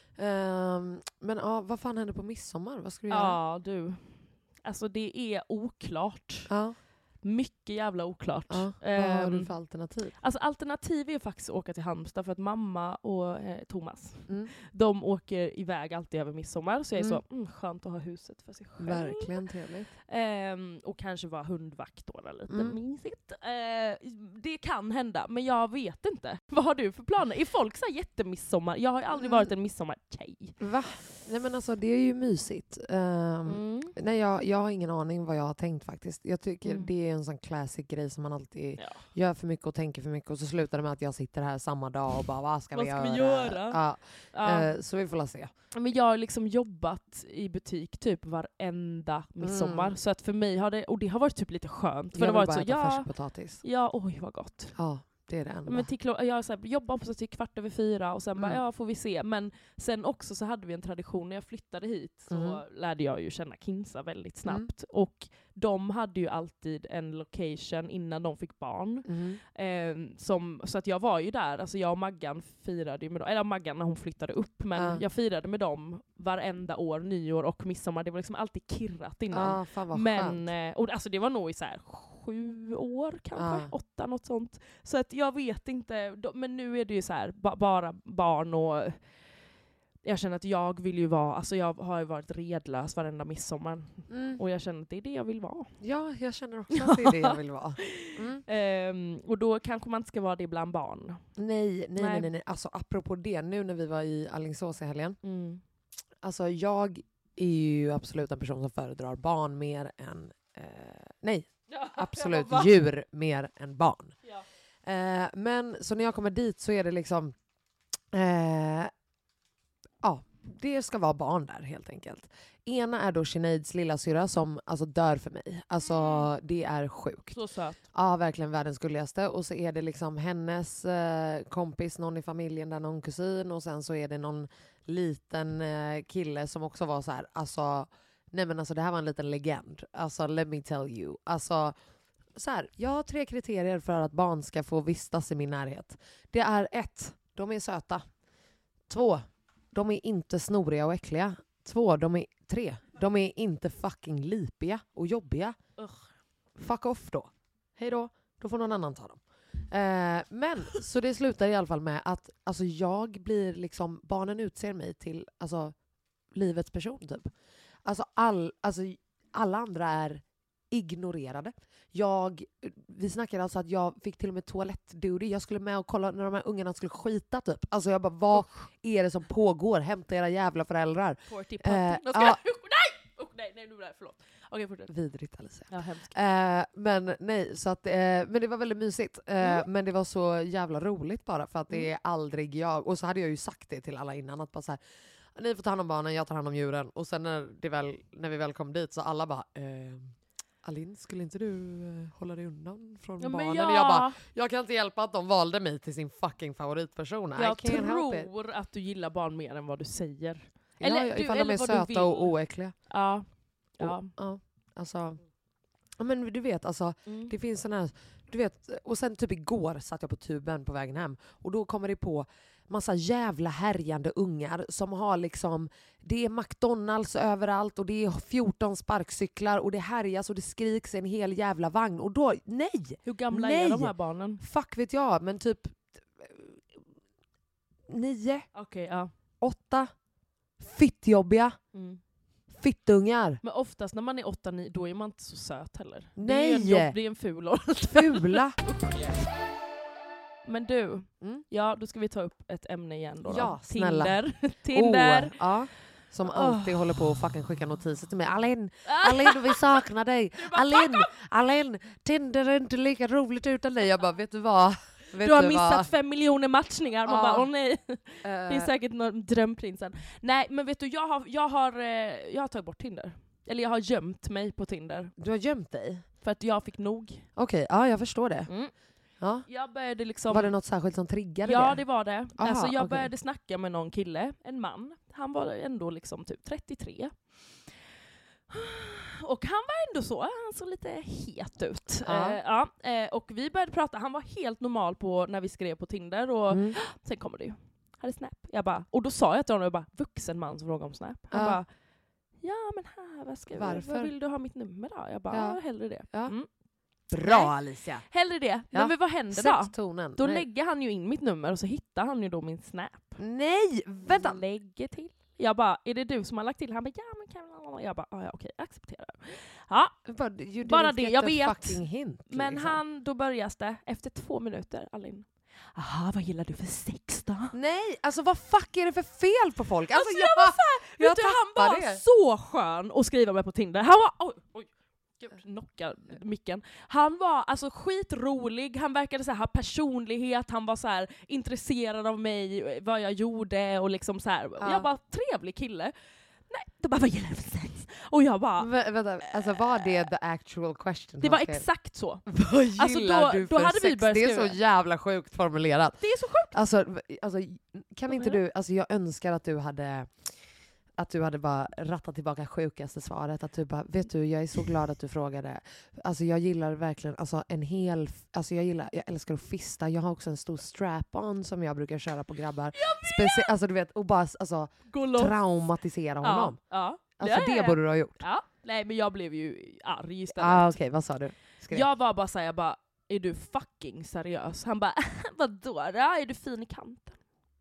Um, men ja, vad fan händer på midsommar? Vad ska du göra? Ja, du. Alltså det är oklart. Ja. Mycket jävla oklart. Ja, um, vad har du för alternativ? Alltså alternativ är ju faktiskt att åka till Halmstad, för att mamma och eh, Thomas, mm. de åker iväg alltid över midsommar, så jag är mm. så, mm, skönt att ha huset för sig själv. Verkligen trevligt. Um, och kanske vara hundvakt då, lite mm. mysigt. Uh, det kan hända, men jag vet inte. Vad har du för planer? Är folk så här jättemidsommar? Jag har ju aldrig mm. varit en midsommartjej. Va? Nej men alltså det är ju mysigt. Um, mm. Nej jag, jag har ingen aning vad jag har tänkt faktiskt. Jag tycker mm. det är en sån classic grej som man alltid ja. gör för mycket och tänker för mycket, och så slutar det med att jag sitter här samma dag och bara, vad ska, vad vi, ska göra? vi göra? Ja. Ja. Uh, så vi får la se. Men jag har liksom jobbat i butik typ varenda midsommar, mm. så att för mig har det, och det har varit typ lite skönt. För jag det har varit bara så, äta ja, färskpotatis. Ja, oj vad gott. Ja. Det är det enda. Men till, jag så här, jobbar på så till kvart över fyra och sen mm. bara, ja får vi se. Men sen också så hade vi en tradition, när jag flyttade hit så mm. lärde jag ju känna Kinsa väldigt snabbt. Mm. Och de hade ju alltid en location innan de fick barn. Mm. Eh, som, så att jag var ju där, alltså jag och Maggan firade ju med dem, eller Maggan när hon flyttade upp, men uh. jag firade med dem varenda år, nyår och midsommar. Det var liksom alltid kirrat innan. Uh, fan vad men, eh, och alltså det var nog i så här sju år kanske, uh. åtta, något sånt. Så att jag vet inte, men nu är det ju så här ba- bara barn, och jag känner att jag vill ju vara, alltså jag har ju varit redlös varenda midsommar. Mm. Och jag känner att det är det jag vill vara. Ja, jag känner också att det är det jag vill vara. Mm. Um, och då kanske man inte ska vara det bland barn. Nej, nej, nej, nej, nej. Alltså apropå det, nu när vi var i Alingsås i helgen. Mm. Alltså jag är ju absolut en person som föredrar barn mer än, eh, nej, absolut djur mer än barn. Ja. Eh, men så när jag kommer dit så är det liksom, eh, ja, det ska vara barn där helt enkelt. Ena är då Sinéads lilla syra som alltså dör för mig. Alltså det är sjukt. Så söt. Ja, verkligen världens gulligaste. Och så är det liksom hennes eh, kompis, någon i familjen där, någon kusin. Och sen så är det någon liten eh, kille som också var så här, alltså, nej men alltså det här var en liten legend. Alltså let me tell you. Alltså så här, jag har tre kriterier för att barn ska få vistas i min närhet. Det är ett, de är söta. Två, de är inte snoriga och äckliga. Två, de är tre, de är inte fucking lipiga och jobbiga. Ugh. Fuck off då. Hej då, då får någon annan ta dem. Eh, men så det slutar i alla fall med att alltså jag blir liksom, barnen utser mig till alltså livets person typ. Alltså, all, alltså alla andra är ignorerade. Jag, vi snackade alltså att jag fick till och med toalettduty. Jag skulle med och kolla när de här ungarna skulle skita typ. Alltså jag bara, vad är det som pågår? Hämta era jävla föräldrar. Forty eh, ja. Nej! Oh, nej, nej, nu blir det förlåt. Okej, fortsätt. Vidrigt Alicia. Ja, hemskt. Eh, men nej, så att, eh, men det var väldigt mysigt. Eh, mm. Men det var så jävla roligt bara för att det är aldrig jag. Och så hade jag ju sagt det till alla innan att bara så här, ni får ta hand om barnen, jag tar hand om djuren. Och sen när, det väl, när vi väl kom dit så alla bara, eh, Alin, skulle inte du eh, hålla dig undan från ja, barnen? Ja. Och jag bara, jag kan inte hjälpa att de valde mig till sin fucking favoritperson. Jag tror att du gillar barn mer än vad du säger. Ja, eller ja, du, ifall eller de är söta och oäckliga. Ja. Ja. Och, ja. Alltså, ja, men du vet, alltså, mm. det finns sån här, du vet, och sen typ igår satt jag på tuben på vägen hem och då kommer det på massa jävla härjande ungar som har liksom, det är McDonalds överallt och det är fjorton sparkcyklar och det härjas och det skriks en hel jävla vagn och då, nej! Hur gamla nej. är de här barnen? Fuck vet jag, men typ nio, okay, ja. åtta, fittjobbiga. Mm. Fittungar. Men oftast när man är åtta nio då är man inte så söt heller. Nej. Det är ju en, jobb, det är en ful ålder. Fula. Men du, mm? ja då ska vi ta upp ett ämne igen då. Ja, då. snälla. Tinder. Tinder. Oh, ja. Som oh. alltid håller på och fucking skicka notiser till mig. Alin, Alin, vi saknar dig. Alin, Alin, Tinder är inte lika roligt utan dig. Jag bara, vet du vad? Vet du har du missat vad? fem miljoner matchningar. Man ja. bara, åh nej. Uh. Det är säkert någon drömprinsen. Nej, men vet du, jag har, jag har, jag har tagit bort Tinder. Eller jag har gömt mig på Tinder. Du har gömt dig? För att jag fick nog. Okej, okay, ja jag förstår det. Mm. Ja. Jag började liksom... Var det något särskilt som triggade ja, det? Ja, det var det. Aha, alltså, jag okay. började snacka med någon kille, en man. Han var ändå liksom typ trettiotre. Och han var ändå så, han såg lite het ut. Ja. Eh, ja, eh, och vi började prata, han var helt normal på när vi skrev på Tinder. Och mm. sen kommer det ju, här är Snap. Jag bara, och då sa jag till honom, jag bara, vuxen man som frågar om Snap. Han ja. bara, ja men här, vad, ska vi, vad vill du ha mitt nummer då? Jag bara, ja, hellre det. Ja. Mm. Bra Nej. Alicia. Hellre det. Ja. Men vad händer Sätt då? tonen. Då Nej. lägger han ju in mitt nummer och så hittar han ju då min Snap. Nej, vänta. Lägger till. Jag bara, är det du som har lagt till? Han bara, ja men kan jag bara, ja okej, acceptera. Ja, But bara det, jag vet. Hint, men liksom. han, då börjas det efter två minuter, Alin. Aha, vad gillar du för sex då? Nej, alltså vad fuck är det för fel på folk? Alltså, alltså jag, jag var såhär, jag vet du, han var det. så skön att skriva med på Tinder. Han var, oj, oj. Knockar micken. Han var alltså skitrolig, han verkade så här, ha personlighet, han var så här intresserad av mig, vad jag gjorde och liksom så här. Ja. Jag var trevlig kille. Nej, då bara, vad gäller det för sex? Och jag bara... Vä vänta, alltså var det the actual question? Det var exakt så. Vad gillar alltså då, du då för hade sex? vi börjat det är skriva. så jävla sjukt formulerat. Det är så sjukt. Alltså, alltså kan inte du, alltså jag önskar att du hade att du hade bara rattat tillbaka sjukaste svaret. Att du bara, vet du, jag är så glad att du frågade. Alltså jag gillar verkligen, alltså en hel, alltså jag gillar, jag älskar att fista. Jag har också en stor strap-on som jag brukar köra på grabbar. Specie- alltså du vet, och bara alltså, traumatisera honom. Ja, ja. Alltså ja, ja, ja. det borde du ha gjort. Ja, nej men jag blev ju arg istället. Ah, okej, okay. Vad sa du? Skrev. Jag var bara såhär, jag bara, är du fucking seriös? Han bara, vadå då? Är du fin i kanten?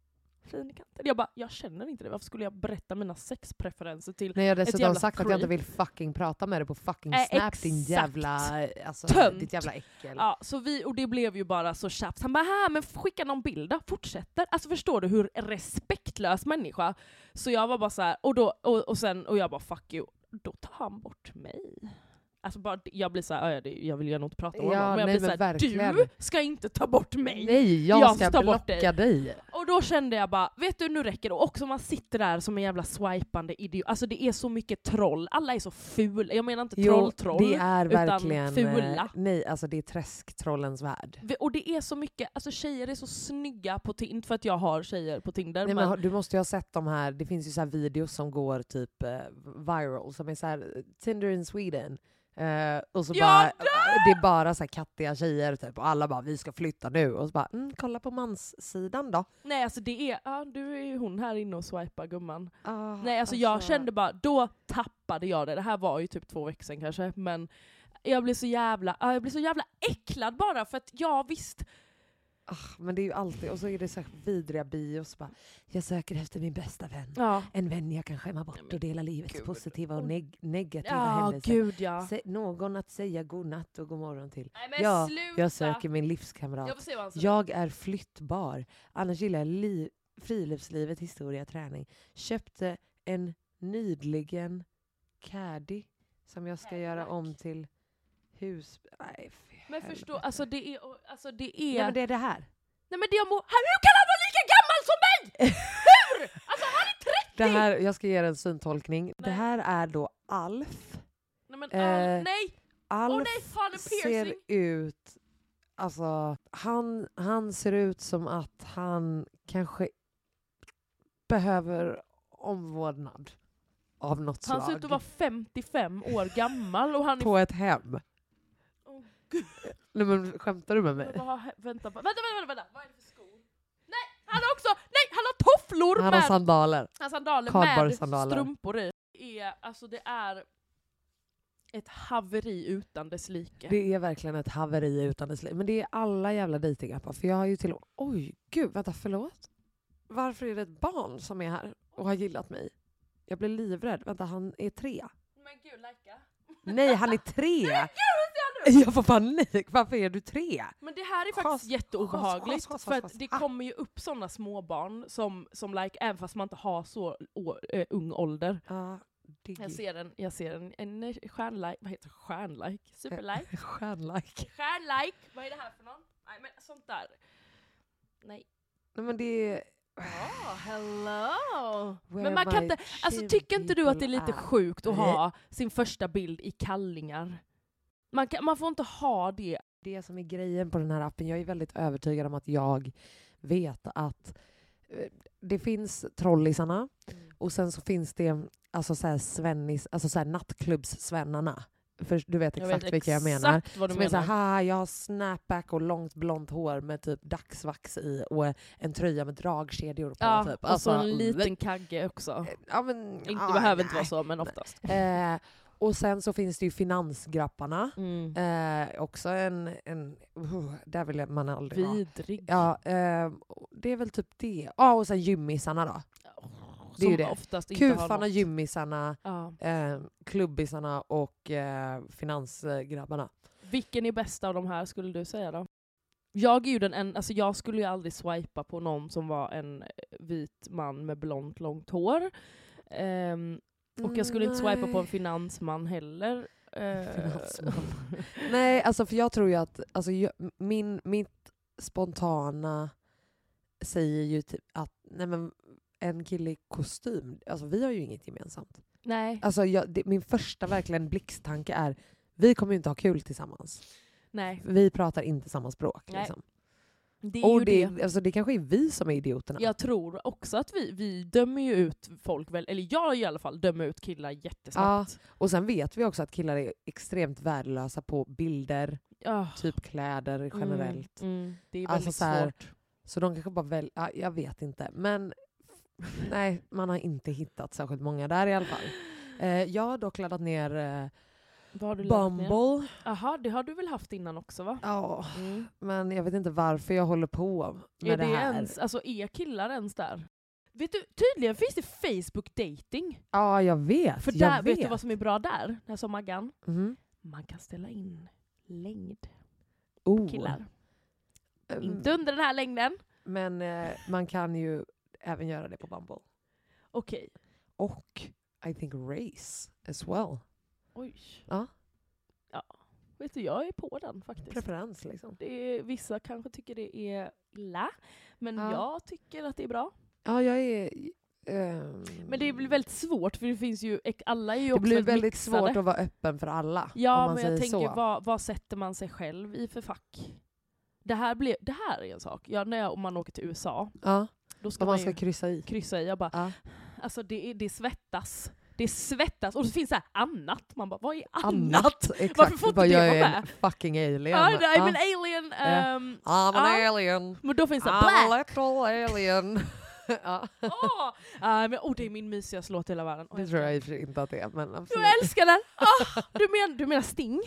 Fin i kanten? Jag bara, jag känner inte det. Varför skulle jag berätta mina sexpreferenser till Nej, jag har ett dessutom jävla sagt creep? att jag inte vill fucking prata med dig på fucking äh, Snap, exakt. din jävla, alltså, Tönt. ditt jävla äckel. Ja, så vi, och det blev ju bara så tjafs. Han bara, här, men skicka någon bild då, fortsätter. Alltså förstår du hur respektlös människa. Så jag var bara så här, och, då, och, och sen, och jag bara, fuck you. Då tar han bort mig. Alltså bara, jag blir så här, jag, jag vill ju nog inte prata om Ja, honom. Men jag nej, blir så här, verkligen. du ska inte ta bort mig. Nej, jag, Jag ska tar bort blocka dig. dig. Och då kände jag bara, vet du, nu räcker det. Och också man sitter där som en jävla swipande idiot. Alltså det är så mycket troll. Alla är så fula. Jag menar inte troll-troll. Det är verkligen fula. Nej, alltså det är träsktrollens värld. Och det är så mycket, alltså tjejer är så snygga på Tinder, inte för att jag har tjejer på Tinder. Nej, men... men du måste ju ha sett de här, det finns ju så här videos som går typ uh, viral, som är så här Tinder in Sweden. Uh, och så ja, bara, det! det är bara så här kattiga tjejer typ, och alla bara, vi ska flytta nu. Och så bara, mm, kolla på manssidan då. Nej, alltså det är, ja, du är ju hon här inne och swipar gumman. Ah, Nej, alltså, alltså jag kände bara, då tappade jag det. Det här var ju typ två veckor sedan kanske, men jag blev så jävla, jag blev så jävla äcklad bara för att jag visst, Ah, men det är ju alltid, och så är det så vidriga bios bara, jag söker efter min bästa vän. Ja. En vän jag kan skämma bort och dela livets Gud. positiva och neg- negativa Ja, händelser. gud ja. Se- någon att säga god natt och god morgon till. Nej, men Ja, sluta. jag söker min livskamrat. Jag får se vad han säger. Jag är flyttbar. Annars gillar jag li- friluftslivet, historia, träning. Köpte en nyligen caddy som jag ska Cadillac. göra om till hus... Nej, för Men förstå, helvete. alltså det är... Alltså det är... Nej, men det är det här. Nej men det jag må... Hur kan han vara lika gammal som mig? Hur? Alltså han är trettio! Det här, jag ska ge er en syntolkning. Nej. Det här är då Alf. Nej men Eh, all... nej! Alf Åh nej, fan en ser piercing! ut... Alltså, han, han ser ut som att han kanske behöver omvårdnad av något Han slag. ser ut att vara femtiofem år gammal och han är... På ett hem. Åh, Gud. Nej, men skämtar du med mig? Vad har- Vänta, vänta, vänta, vänta, vänta, vad är det för skor? Nej, han har också... Nej, han har tofflor Han har med... sandaler. Han har sandaler med Kardborresandaler. strumpor i. Är, alltså det är ett haveri utan dess like. Det är verkligen ett haveri utan dess liv. Men det är alla jävla dejtingappar. För jag har ju till och... Oj, gud, vänta, förlåt. Varför är det ett barn som är här och har gillat mig? Jag blir livrädd. Vänta, han är tre. Men gud, lika. Nej, han är tre! Jag får panik. Varför är du tre? Men det här är faktiskt Chas, jätteobehagligt. chas, chas, chas, för att chas. det Ah. kommer ju upp sådana småbarn som, som like, även fast man inte har så å, äh, ung ålder. Ja, digg. Jag ser en, jag ser en, en eh, stjärnlike, vad heter det? Stjärnlike? Superlike? Stjärnlike. Stjärnlike? Vad är det här för någon? Nej men sånt där. Nej. Nej, men det är... Oh, hello! Where Men man kan my inte, alltså chin tycker inte du att det är people lite are? sjukt att Nej. ha sin första bild i kallingar? Man, kan, man får inte ha det. Det som är grejen på den här appen, jag är väldigt övertygad om att jag vet att eh, det finns trollisarna och sen så finns det alltså så här svennis, alltså så här nattklubbssvennarna. För du vet Jag exakt vet vilka jag exakt menar. vad du Som är så menar. här, "Ha, jag har snapback och långt blont hår med typ dagsvax i och en tröja med dragkedjor på. Ja, typ. och så en mm, liten kagge också. Ja, men, Inte, ja, behöver inte nej. vara så, men oftast. Eh, och sen så finns det ju finansgrapparna. Mm. Eh, också en... en uh, där vill man aldrig vara. Vidrig. Ja, eh, det är väl typ det. Ja, och sen gymmisarna då. Det är Som ju det. oftast inte har Kufarna, något. gymmisarna, Ja. eh, klubbisarna och eh, finansgrabbarna. Vilken är bästa av de här skulle du säga då? Jag är ju den en, alltså jag skulle ju aldrig swipa på någon som var en vit man med blont långt hår. Ehm, och jag skulle inte swipa på en finansman heller. Eh, Finansman. Nej, alltså för jag tror ju att alltså, jag, min, mitt spontana säger ju typ att nej men, en kille i kostym, alltså vi har ju inget gemensamt. Nej. Alltså jag, det, min första verkligen blixttanke är vi kommer ju inte ha kul tillsammans. Nej. Vi pratar inte samma språk. Nej. Liksom. Det är Och ju det, det. Alltså, det kanske är vi som är idioterna. Jag tror också att vi, vi dömer ju ut folk, väl, eller jag i alla fall dömer ut killar jättesnabbt. Och sen vet vi också att killar är extremt värdelösa på bilder, Ja. typ kläder generellt. Mm, mm. Det är Alltså väldigt så här, svårt. Så de kanske bara väl, ja, jag vet inte. Men nej, man har inte hittat särskilt många där i alla fall. Eh, jag har dock laddat ner eh, Vad har du lagt ner? Bumble. Jaha, det har du väl haft innan också va? Ja, Mm. men jag vet inte varför jag håller på med Är det, det här. ens, alltså är killar ens där? Vet du, tydligen finns det Facebook dating. Ja, jag vet. För jag där, vet. vet du vad som är bra där? När jag sa Maggan. Mhm. Man kan ställa in längd Oh. killar. Mm. Inte under den här längden. Men eh, man kan ju även göra det på Bumble. Okej. Och I think race as well. Oj. Ja. Ja. Vet du, jag är på den faktiskt. Preferens liksom. Det är, vissa kanske tycker det är la, men Ja. jag tycker att det är bra. Ja, jag är... ehm, Men det blir väldigt svårt för det finns ju, alla är ju det också blir väldigt väldigt mixade. svårt att vara öppen för alla. om Ja, man men jag säger tänker så. vad, vad sätter man sig själv i för fack? Det här, blir, det här är en sak. Ja, när jag, om man åker till U S A, Ja, då ska vad man man ska ju kryssa i. kryssa i. Jag bara, Ja. alltså det, är, det svettas. Det svettas. Och så finns det här annat. Man bara, vad är annat? Annat. Exakt. Varför får Du bara, inte det jag vara är en med? fucking alien. Ja, nej, Ja. men alien. Ja. ehm, I'm an ja. alien. Men då finns det I'm a black. little alien. Ja. Åh, ah, men, oh, det är min mysigaste låt i hela världen. Oh, Det tror jag i och för sig inte att det är. Men absolut. Jag älskar den! Ah, du, men, du menar Sting?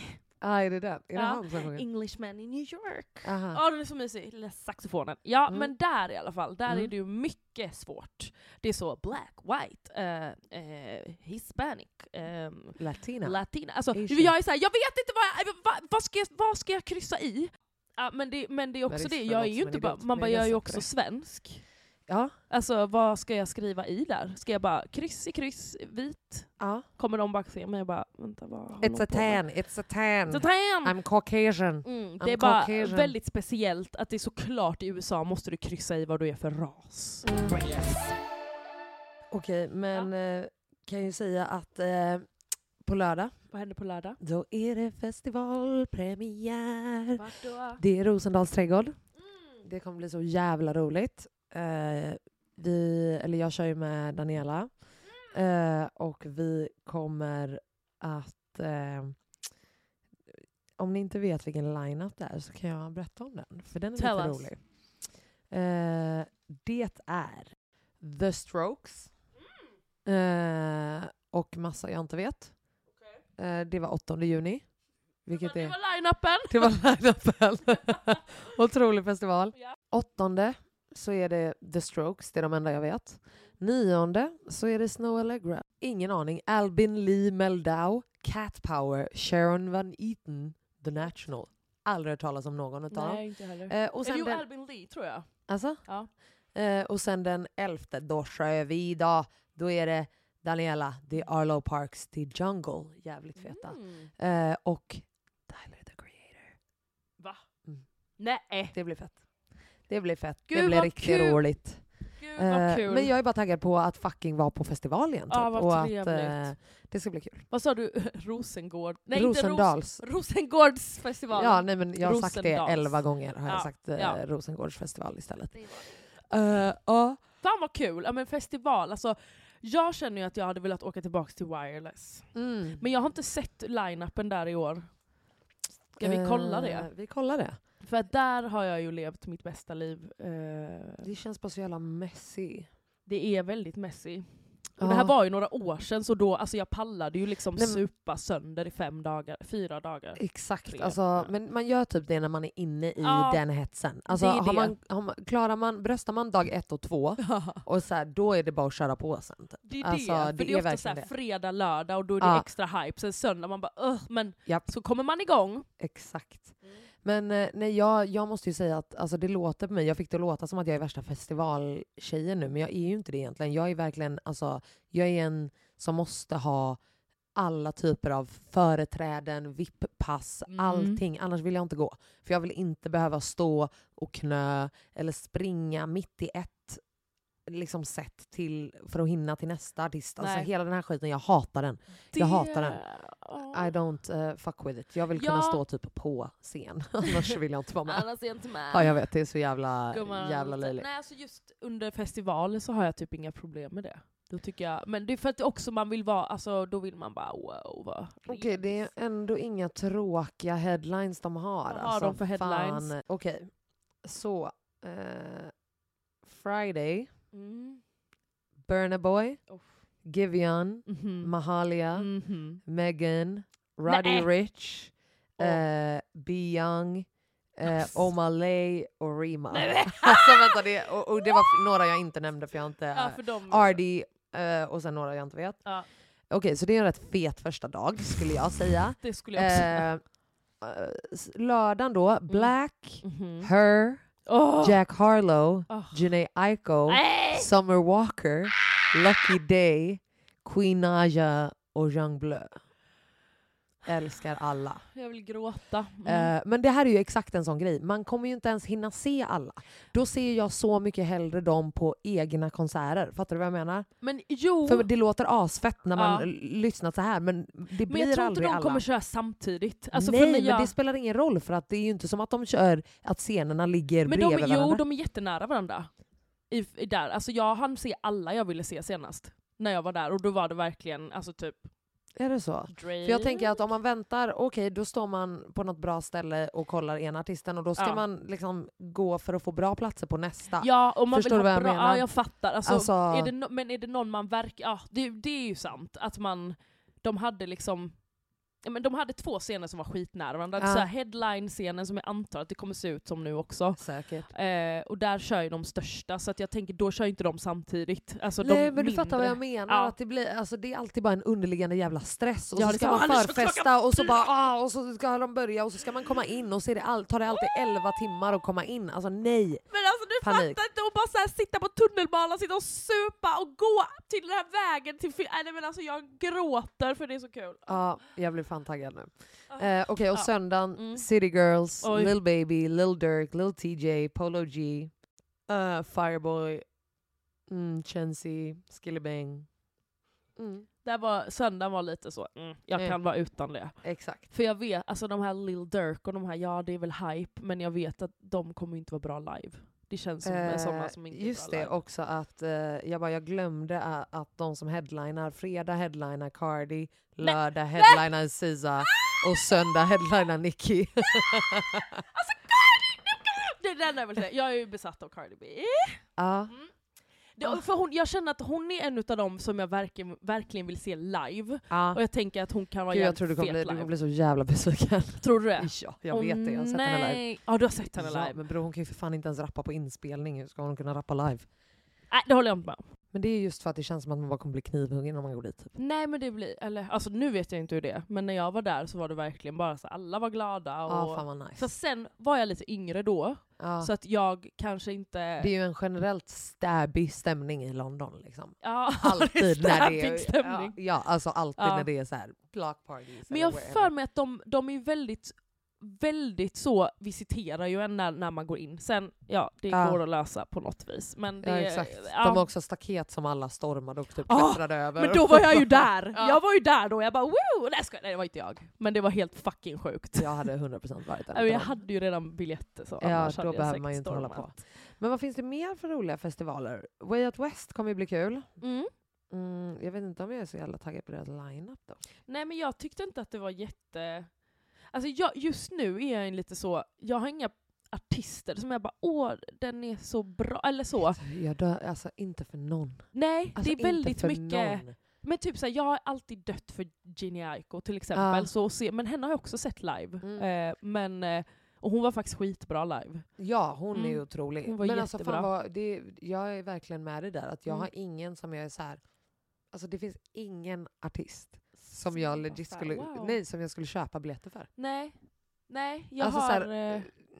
Ah, är det den? Är det ja. han som sjunger? Englishman in New York. Aha. Ja, den är så mysig. Lilla saxofonen. Ja, Mm. men där i alla fall. Där Mm. är det ju mycket svårt. Det är så black, white, uh, uh, hispanic, um, Latina. latina. Alltså, Asian. jag är så här, jag vet inte vad, jag, vad, vad, ska jag, vad ska jag kryssa i? Ja, men, det, men det är också Men det det. är Jag är något ju som inte är bara, dumt, man men bara, jag jag är ju är också säker. svensk. Ja. Alltså, vad ska jag skriva i där? Ska jag bara kryss i kryss, vit? Ja. Kommer de bara se mig och bara, vänta, vad håller It's de a på med? tan, it's a tan. It's a tan! I'm Caucasian. Mm, I'm det är bara Caucasian. väldigt speciellt att det är såklart i U S A måste du kryssa i vad du är för ras. Mm. Yes. Okej, men eh, kan ju säga att eh, på lördag, Vad händer på lördag? då är det festivalpremiär. Vart då? Det är Rosendals trädgård. Mm. Det kommer bli så jävla roligt. Eh, vi, eller jag kör ju med Daniela. Eh, och vi kommer att... Eh, om ni inte vet vilken line-up det är så kan jag berätta om den. För den är Tell lite us. rolig. Eh, det är The Strokes. Eh, och massa jag inte vet. Eh, det var åttonde juni. Vilket Det är... var line-upen! Det var line-upen. Otrolig festival. Ja. Åttonde så är det The Strokes, det är de enda jag vet. Nionde så är det Snow Allegra. Ingen aning. Albin Lee Meldau, Cat Power, Sharon Van Eaton, The National. Aldrig hört talas om någon utav dem. Nej, inte heller. Eh, och sen Jo, den, Albin Lee tror jag. alltså? Ja. eh, och sen den elfte, då kör vi då. Då är det Daniela, det är Arlo Parks, det är Jungle. Jävligt feta. Mm. Eh, och Tyler, the Creator. Va? Mm. Nej. Det blir fett. Det blir fett. Gud, det blir vad riktigt kul. roligt. Gud vad Eh, kul. men jag är bara taggad på att fucking vara på festival igen. Typ. Ja, vad och att trevligt. eh, det ska bli kul. Vad sa du? Rosengård? Nej, Rosendals. inte Ros- Rosengårdsfestivalen. Ja, nej, men jag har sagt det Rosendals. elva gånger. Har Ja, jag sagt eh, ja. Rosengårdsfestival istället. Det var det. Uh, ja. Fan vad kul. Ja, men festival. Alltså, jag känner ju att jag hade velat åka tillbaka till Wireless. Mm. Men jag har inte sett line-upen där i år. Ska vi kolla Eh, det? Vi kollar det. För att där har jag ju levt mitt bästa liv. Eh, Det känns bara så jävla messy. det är väldigt messy. Och Ja. det här var ju några år sedan, så då, alltså jag pallade ju liksom Nej, men- supa sönder i fem dagar, fyra dagar. Exakt. Tre. Alltså, Ja. men man gör typ det när man är inne i Ja, den hetsen. Alltså, det är har det. man, har man, klarar man, bröstar man dag ett och två och så här, då är det bara att köra på sen. Typ. Det är Alltså, det, för det det är är ofta verkligen så här det. fredag, lördag och då är det Ja. extra hype. Sen söndag man bara Ugh, men Japp. så kommer man igång. Exakt. Men eh, nej, jag, jag måste ju säga att alltså, det låter på mig, jag fick det låta som att jag är värsta festivaltjejen nu, men jag är ju inte det egentligen. Jag är verkligen, alltså, jag är en som måste ha alla typer av företräden, V I P-pass, Mm. allting. Annars vill jag inte gå. För jag vill inte behöva stå och knö eller springa mitt i ett liksom sätt till, för att hinna till nästa artist. Alltså Nej. hela den här skiten, jag hatar den. Jag hatar den. Åh. I don't uh, fuck with it. Jag vill kunna Ja. stå typ på scen. Annars vill jag inte vara med. Annars är jag inte med. Ja, jag vet. Det är så jävla, Gumman, jävla löjligt. Nej, alltså just under festival så har jag typ inga problem med det. Då tycker jag, men det är för att också man vill vara, alltså då vill man bara wow, vad Okej, det är ändå inga tråkiga headlines de har. Vad har alltså, de för headlines? fan. Okej, så eh, Friday, Mm. Burna Boy, Uff. Giveon, Mhm. Mahalia, Mhm. Megan, Roddy Nej. Rich, Åh. eh, Be Young, eh, Ass. Omalay och Rima. Nej, men- Alltså vänta, det, och, och det var några jag inte nämnde för jag inte... Ja, för dem. R D eh, och sen några jag inte vet. Ja, Okej, så det är en rätt fet första dag skulle jag säga. det skulle jag också säga. Eh, eh, s- lördagen då, Black, Mhm. Her, Åh. Jack Harlow, Åh. Jhené Aiko, Nej! Summer Walker, Lucky Day, Queen Naja och Young Bleu. Älskar alla. Jag vill gråta. Mm. Eh, men det här är ju exakt en sån grej. Man kommer ju inte ens hinna se alla. Då ser jag så mycket hellre dem på egna konserter. Fattar du vad jag menar? Men jo, För det låter asfett när man Ja. l- lyssnar så här, men det men jag blir tror inte aldrig de alla. kommer köra samtidigt. Alltså, för Nej, när men jag... det spelar ingen roll för att det är ju inte som att de kör att scenerna ligger Men de, bredvid varandra. jo, de är jättenära varandra. I, i där. Alltså jag hann se alla jag ville se senast. När jag var där. Och då var det verkligen, alltså typ... Är det så? Drake. För jag tänker att om man väntar, okej, då står man på något bra ställe och kollar en artisten och då ska Ja. man liksom gå för att få bra platser på nästa. Ja, och man Förstår vill du ha vad jag bra... menar? Ja, jag fattar. Alltså, Alltså- Är det no... Men är det någon man verkar... Ja, det, det är ju sant. Att man... De hade liksom... Ja, men de hade två scener som var skitnära varandra. Ja. Så här headline-scenen som jag antar att det kommer se ut som nu också. Säkert. Eh, och där kör ju de största, så att jag tänker då kör inte de samtidigt. Alltså, Nej, de men mindre. du fattar vad jag menar. Ja. Att det, blir, alltså, det är alltid bara en underliggande jävla stress. Och Ja, så det ska ska- man Anders, förfesta klockan och så bara ah, och så ska de börja och så ska man komma in och så är det all, tar det alltid elva timmar att komma in. Alltså nej. Men alltså du Panik. fattar inte att bara så här, sitta på tunnelbanan, sitta och supa och gå till den här vägen till fi- Nej men alltså jag gråter för det är så kul. Ja, jag blir fan taggad nu. Ah. Eh, Okej, och Ja. söndagen, Mm. City Girls, Oj. Lil Baby, Lil Durk, Lil T J, Polo G, uh, Fireboy, mm, Chenzi, Skillibang. Mm, Det var, söndagen var lite så, mm, jag Mm. kan vara utan det. exakt. För jag vet, alltså de här Lil Durk och de här, ja det är väl hype, men jag vet att de kommer inte vara bra live. Det känns som Eh, sådana som inte just är bra det live. också att eh, jag, bara, jag glömde a- att de som headlinar, fredag headlinar Cardi, lördag headlinar Siza och söndag headlinar Nicki. Alltså Cardi! Det är den jag vill säga. Jag är ju besatt av Cardi B. Ja. Det, för hon, jag känner att hon är en av dem som jag verkligen, verkligen vill se live. Ja. Och jag tänker att hon kan vara Gud, jag jävligt tror du kommer, fet bli, du live. kommer bli så jävla besviken. Tror du det? Ja, jag Åh, vet det. Jag har sett henne live. nej. Ja, du har sett henne Ja, live. men bror, hon kan ju för fan inte ens rappa på inspelning. Hur ska hon kunna rappa live? Nej, det håller jag inte med om. Men det är just för att det känns som att man bara kommer bli knivhuggen om man går dit. Typ. Nej, men det blir... Eller, alltså nu vet jag inte hur det är. Men när jag var där så var det verkligen bara så alla var glada. Och, Ja, fan vad nice. för sen var jag lite yngre då. Ja. Så att jag kanske inte... Det är ju en generellt stabby stämning i London. Liksom. ja, Alltid det är när det stabbig är... stämning. Ja, ja, alltså alltid Ja. när det är så här block parties. Men eller jag har wherever. för mig att de, de är väldigt, väldigt så, visiterar ju en när, när man går in. Sen, ja, det Ja. går att lösa på något vis. Men det, Ja, exakt. ja. De har också staket som alla stormade och typ Ah, klättrade över. Men då var jag ju där! Ja. Jag var ju där då, jag bara woo! Nej, ska, nej det var inte jag. Men det var helt fucking sjukt. Jag hade hundra procent varit där. Nej, men jag hade ju redan biljetter så Ja, annars hade då jag behöver säkert man ju inte hålla på. stormat. Men vad finns det mer för roliga festivaler? Way Out West kommer ju bli kul. Mm. Mm, jag vet inte om jag är så jävla taggad på deras line-up då. Nej men jag tyckte inte att det var jätte... Alltså jag, just nu är jag en lite så, jag har inga artister som jag bara åh den är så bra, eller så. Jag dör, alltså inte för någon. Nej, Alltså, det är väldigt inte för mycket... någon. Men typ såhär, jag har alltid dött för Ginny Aiko till exempel. Ja. Så se, men henne har jag också sett live. Mm. Eh, men, eh, och hon var faktiskt skitbra live. Ja, hon är Mm. otrolig. Hon var men alltså, jättebra. fan vad, det, jag är verkligen med dig där. Att jag Mm. har ingen som jag är så här. Alltså det finns ingen artist som jag legit Så här, skulle, wow. nej, som jag skulle köpa biljetter för. Nej, nej, jag Alltså, har... så här, eh,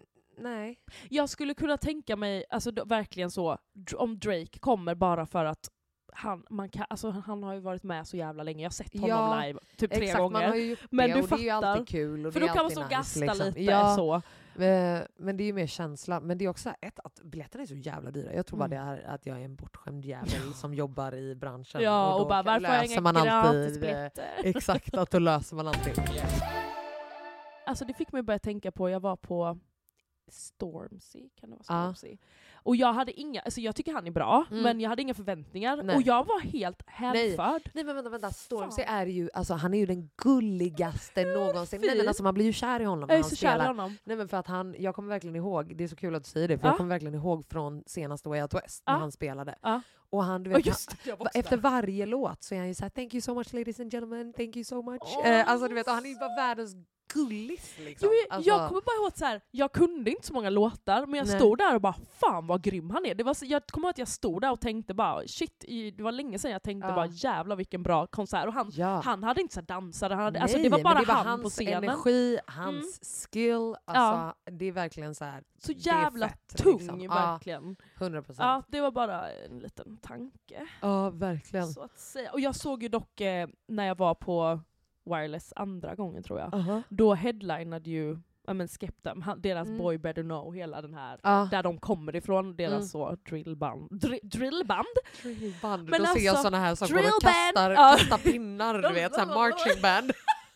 Nej. jag skulle kunna tänka mig, alltså då, verkligen så, dr- om Drake kommer bara för att han, man kan, alltså, han har ju varit med så jävla länge. Jag har sett honom Ja, live typ tre Exakt, man gånger. har ju gjort Men det du och det är ju fattar. alltid kul. Och För det då är kan man alltid så nice, gasta liksom. lite Ja, så. eh, men det är ju mer känsla. Men det är också ett, att biljetterna är så jävla dyra. Jag tror bara Mm. det är att jag är en bortskämd jävel som jobbar i branschen. Ja, och, då bara kan- varför har jag löser inga man alltid, eh, gratisbiljetter? Exakt, att då löser man alltid. Alltså det fick mig börja tänka på, jag var på Stormzy, kan det vara Ja. Stormzy? Och jag hade inga, alltså jag tycker han är bra, Mm. men jag hade inga förväntningar. Nej. Och jag var helt hänförd. Nej men vänta, vänta. Stormzy Fan. är ju, alltså han är ju den gulligaste någonsin. Nej men fin. alltså man blir ju kär i honom när Jag är han så kär i spelar. honom. Nej men för att han, jag kommer verkligen ihåg, det är så kul att du säger det, för Ja. jag kommer verkligen ihåg från senaste Way Out West när Ja. han spelade. Ja. Och han, du Ja, vet, just det, jag var han, också efter där. varje låt så är han ju såhär thank you so much ladies and gentlemen, thank you so much. Åh, eh, alltså du vet, och han är ju bara världens gullis liksom. Jo, jag, alltså, jag kommer bara ihåg att så här, jag kunde inte så många låtar, men jag Nej. stod där och bara fan vad grym han är. Det var så, jag kommer ihåg att jag stod där och tänkte bara shit, i, det var länge sedan jag tänkte Ja. bara jävlar vilken bra konsert. Och han, ja. han hade inte så här dansare, han hade, Nej, alltså, det var bara men det var han hans på scenen. energi, hans skill, alltså det är verkligen så här. Så det är jävla fett, tung liksom. Ja. verkligen. hundra procent. Ja, det var bara en liten tanke. Ja, verkligen. Så att säga. Och jag såg ju dock eh, när jag var på Wireless andra gången tror jag. Uh-huh. Då headlinade ju ja, men Skepta, han- deras Mm. Boy Better Know, hela den här, Ja. där de kommer ifrån, deras Mm. så drillband. Dri- drillband? Drillband. Men Då ser jag alltså, såna här som går och drillband, kastar, ja. kastar pinnar, du vet, såhär marching band.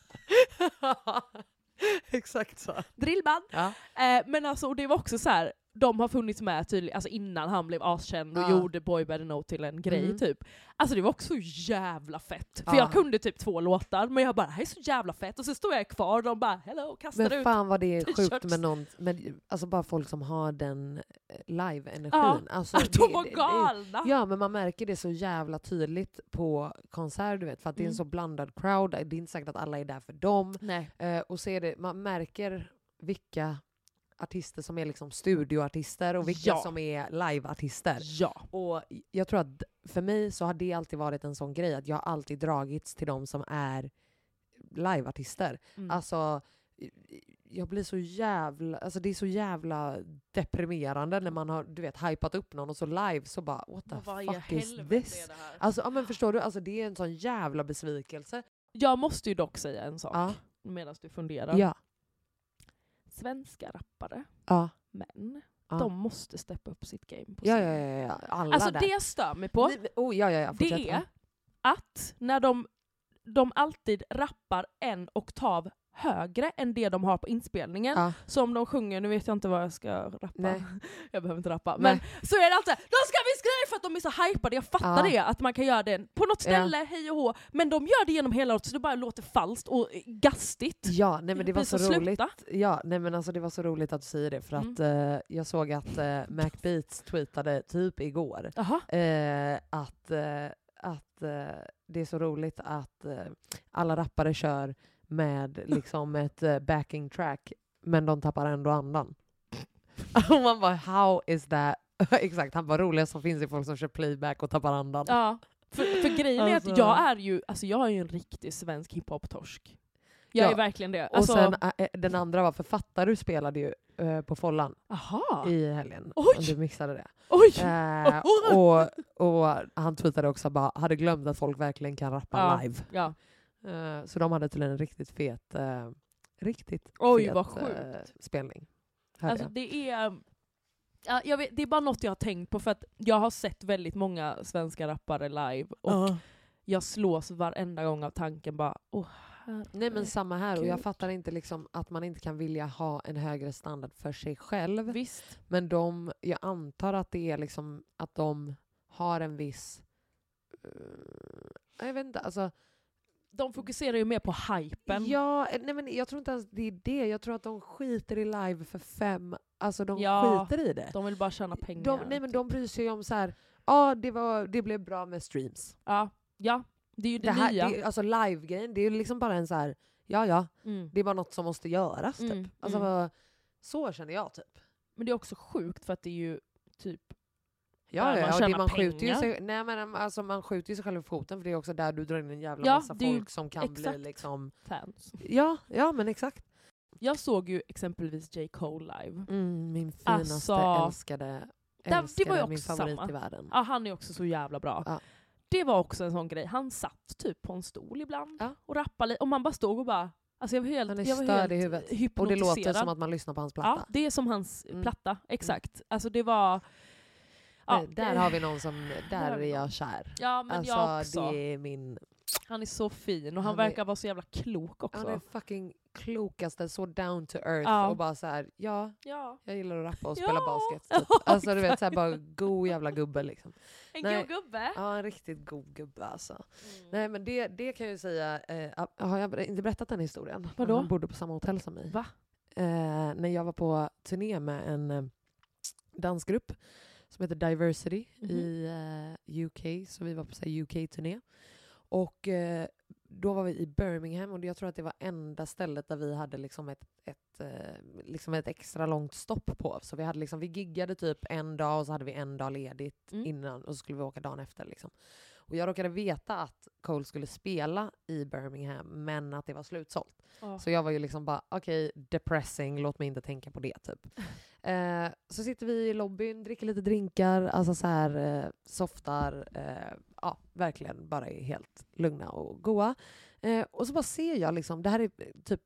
Exakt så. Drillband. Ja. Eh, men alltså, och det var också så här. de har funnits med tydligt, alltså innan han blev askänd och Ja. gjorde Boy Better Know till en grej Mm. typ. Alltså det var också så jävla fett. För Ja. jag kunde typ två låtar, men jag bara, det här är så jävla fett. Och så stod jag kvar och de bara, hello, kastade Men ut. fan vad det är t-shirts. sjukt med någon, med, alltså bara folk som har den eh, live-energin. Ja, Alltså, Att de det- var det- det- galna. Ja, men man märker det så jävla tydligt på konsert, du vet, för att det är en Mm. så blandad crowd. Det är inte säkert att alla är där för dem. Nej. Eh, och så är det, man märker vilka artister som är liksom studioartister och vilka Ja. som är liveartister. Ja. Och jag tror att för mig så har det alltid varit en sån grej att jag har alltid dragits till de som är liveartister. Mm. Alltså, jag blir så jävla, alltså det är så jävla deprimerande när man har, du vet, hypat upp någon och så live så bara, what the Men vad i fuck is helvete this? är det här? Alltså, ja, men förstår du, alltså det är en sån jävla besvikelse. Jag måste ju dock säga en sak Ja. medan du funderar. Ja. Svenska rappare, Ja. män, Ja. de måste steppa upp sitt game på Ja, scen. ja, ja, ja. Alla Alltså där. det jag stör mig på, Nej, men- oh, ja, ja, ja. Fortsätt. det är att när de, de alltid rappar en oktav högre än det de har på inspelningen. Ja. Så om de sjunger, nu vet jag inte vad jag ska rappa. Nej. Jag behöver inte rappa. Nej. Men så är det alltid, de ska vi skriva för att de är så hypade. Jag fattar Ja. det, att man kan göra det på något ställe, hej och hå. Men de gör det genom hela låten så det bara låter falskt och gastigt. Ja, nej men det var så Sluta. roligt. Ja, nej men alltså det var så roligt att du säger det för att eh, jag såg att eh, Mac Beats tweetade typ igår Jaha. eh, att, eh, att eh, det är så roligt att eh, alla rappare kör med liksom ett eh, backing track men de tappar ändå andan. Och man bara, how is that? Exakt, han var roligast som finns i folk som kör playback och tappar andan. Ja, för, för grejen är Alltså. att jag är ju, alltså jag är ju en riktig svensk hiphop-torsk. Jag Ja. är verkligen det. Och Alltså, sen äh, den andra var författare spelade ju äh, på Follan aha. i helgen. Oj! Om du mixade det. Oj! Äh, och, och han tweetade också bara, hade glömt att folk verkligen kan rappa Ja. live. Ja. Äh, så de hade till en riktigt fet, äh, riktigt Oj, fet vad äh, sjukt. spelning. Hörde Alltså jag. det är... Ja, jag vet, det är bara något jag har tänkt på för att jag har sett väldigt många svenska rappare live och Ja. jag slås varenda gång av tanken bara, åh Nej men samma här, och jag Gud. fattar inte liksom att man inte kan vilja ha en högre standard för sig själv. visst. Men de, jag antar att det är liksom att de har en viss... Uh, jag vet inte, alltså... De fokuserar ju mer på hypen. Ja, nej men jag tror inte ens det är det. Jag tror att de skiter i live för fem... Alltså de Ja, skiter i det. De vill bara tjäna pengar. De, nej men de bryr sig ju om så här. Ja, det, var, det blev bra med streams. Ja, ja, det är ju det, Det här, nya. det, alltså live-grejen, det är ju liksom bara en så här. Ja, ja, Mm. det är bara något som måste göras typ. Mm, Alltså mm. vad- så känner jag typ. Men det är också sjukt för att det är ju typ... Ja, Där ja, man ja, tjänar det man skjuter ju pengar. sig, nej men alltså man skjuter ju sig själv i foten för det är också där du drar in en jävla Ja, massa det är ju folk som kan bli exakt. liksom... fans. Ja, ja men exakt. Jag såg ju exempelvis J. Cole live. Mm, min finaste, Alltså, älskade, det var älskade ju min också favorit samma. i världen. Ja, han är också så jävla bra. Ja. Det var också en sån grej. Han satt typ på en stol ibland Ja. och rappade lite. Och man bara stod och bara... Alltså jag var helt, Han är jag var störd i helt huvudet. hypnotiserad. Och det låter som att man lyssnar på hans platta. Ja, det är som hans Mm. platta. Exakt. Alltså det var... Ja, Nej, där det- har vi någon som, där har är vi jag någon. kär. Ja, men Alltså jag också. det är min... Han är så fin och han, Han är- verkar vara så jävla klok också. Han är fucking klokaste, så down to earth Ja. och bara så här, ja, Ja, jag gillar att rappa och Ja. spela basket. Typ. Ja, Alltså du vet, så här, bara god jävla gubbe liksom. en Nej. god gubbe. Ja, en riktigt god gubbe alltså. Mm. Nej men det, det kan jag ju säga, eh, har jag inte berättat den historien? Vadå? Han bodde på samma hotell som mig. Va? Eh, när jag var på turné med en eh, dansgrupp som heter Diversity Mhm. i eh, U K, så vi var på så här, U K-turné. Och eh, då var vi i Birmingham och jag tror att det var enda stället där vi hade liksom ett, ett, eh, liksom ett extra långt stopp på. Så vi, hade liksom, vi giggade typ en dag och så hade vi en dag ledigt Mm. innan och så skulle vi åka dagen efter. Liksom. Och jag råkade veta att Cole skulle spela i Birmingham men att det var slutsålt. Ja. Så jag var ju liksom bara, okej, depressing, låt mig inte tänka på det typ. Eh, så sitter vi i lobbyn, dricker lite drinkar, alltså så här eh, softar, eh, ja, verkligen bara är helt lugna och goa. Eh, och så bara ser jag liksom, det här är typ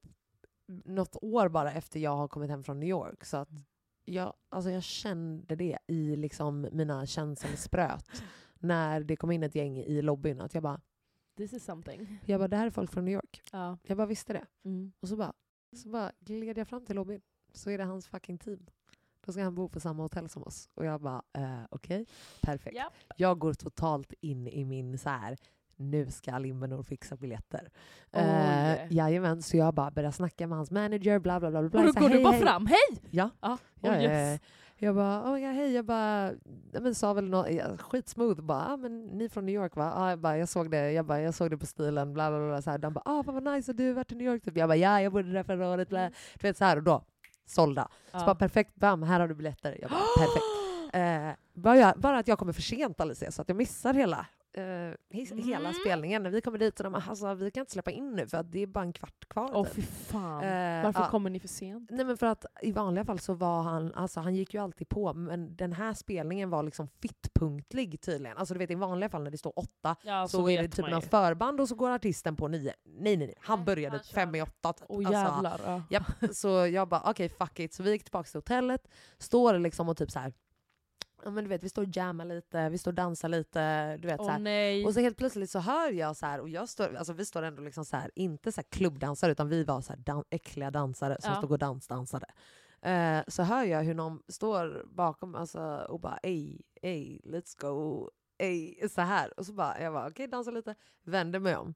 något år bara efter jag har kommit hem från New York, så att jag, alltså jag kände det i liksom mina känselspröt när det kom in ett gäng i lobbyn, att jag bara, This is something. jag bara, det här är folk från New York. Ja. Jag bara visste det. Mm. Och så bara, så bara gled jag fram till lobbyn. Så är det hans fucking team. Då ska han bo på samma hotell som oss. Och jag bara, eh, okej, okay, perfekt. Yep. Jag går totalt in i min så här, nu ska Limbenor fixa biljetter. Oh, uh, jajamän, så jag bara börjar snacka med hans manager, bla bla bla. bla. Och då så, går hej, du bara hej. fram, hej! Ja, ah, ja oh, yes. jag bara, oh my God, hej, jag bara, men sa väl något, ja, skitsmooth, bara, ah, men ni från New York va? Ah, jag bara, jag såg det, jag bara, jag såg det på stilen, bla bla bla, så här. De bara, ah, vad nice, och du har varit i New York typ. Jag bara, ja, jag bodde där förra året, bla. Du vet så här, och då, sålda. Så ah. bara, perfekt, bam, här har du biljetter. Jag bara, perfekt. Eh, bara, bara att jag kommer för sent, Alicia, så att jag missar hela Uh, his, mm. hela spelningen. När vi kommer dit så de alltså, vi kan inte släppa in nu för att det är bara en kvart kvar. Åh oh, fy fan. Uh, Varför uh, kommer ni för sent? Nej men för att i vanliga fall så var han, alltså han gick ju alltid på, men den här spelningen var liksom fittpunktlig tydligen. Alltså du vet i vanliga fall när det står åtta ja, så, så är det typ någon förband och så går artisten på nio. Nej nej nej, han började han fem i åtta. Typ. Åh oh, jävlar. Alltså, ja. Japp, så jag bara okej okay, fuck it. Så vi gick tillbaka till hotellet, står liksom och typ så här. Ja men du vet, vi står och jammar lite, vi står och dansar lite, du vet oh, så här. Nej. Och så helt plötsligt så hör jag så här, och jag står, alltså vi står ändå liksom så här, inte så här klubbdansare utan vi var så här dan- äckliga dansare som ja. stod och dansdansade. Uh, så hör jag hur någon står bakom alltså, och bara ey, ey, let's go, ey, så här. Och så bara, jag bara okej, okay, dansa lite, vänder mig om.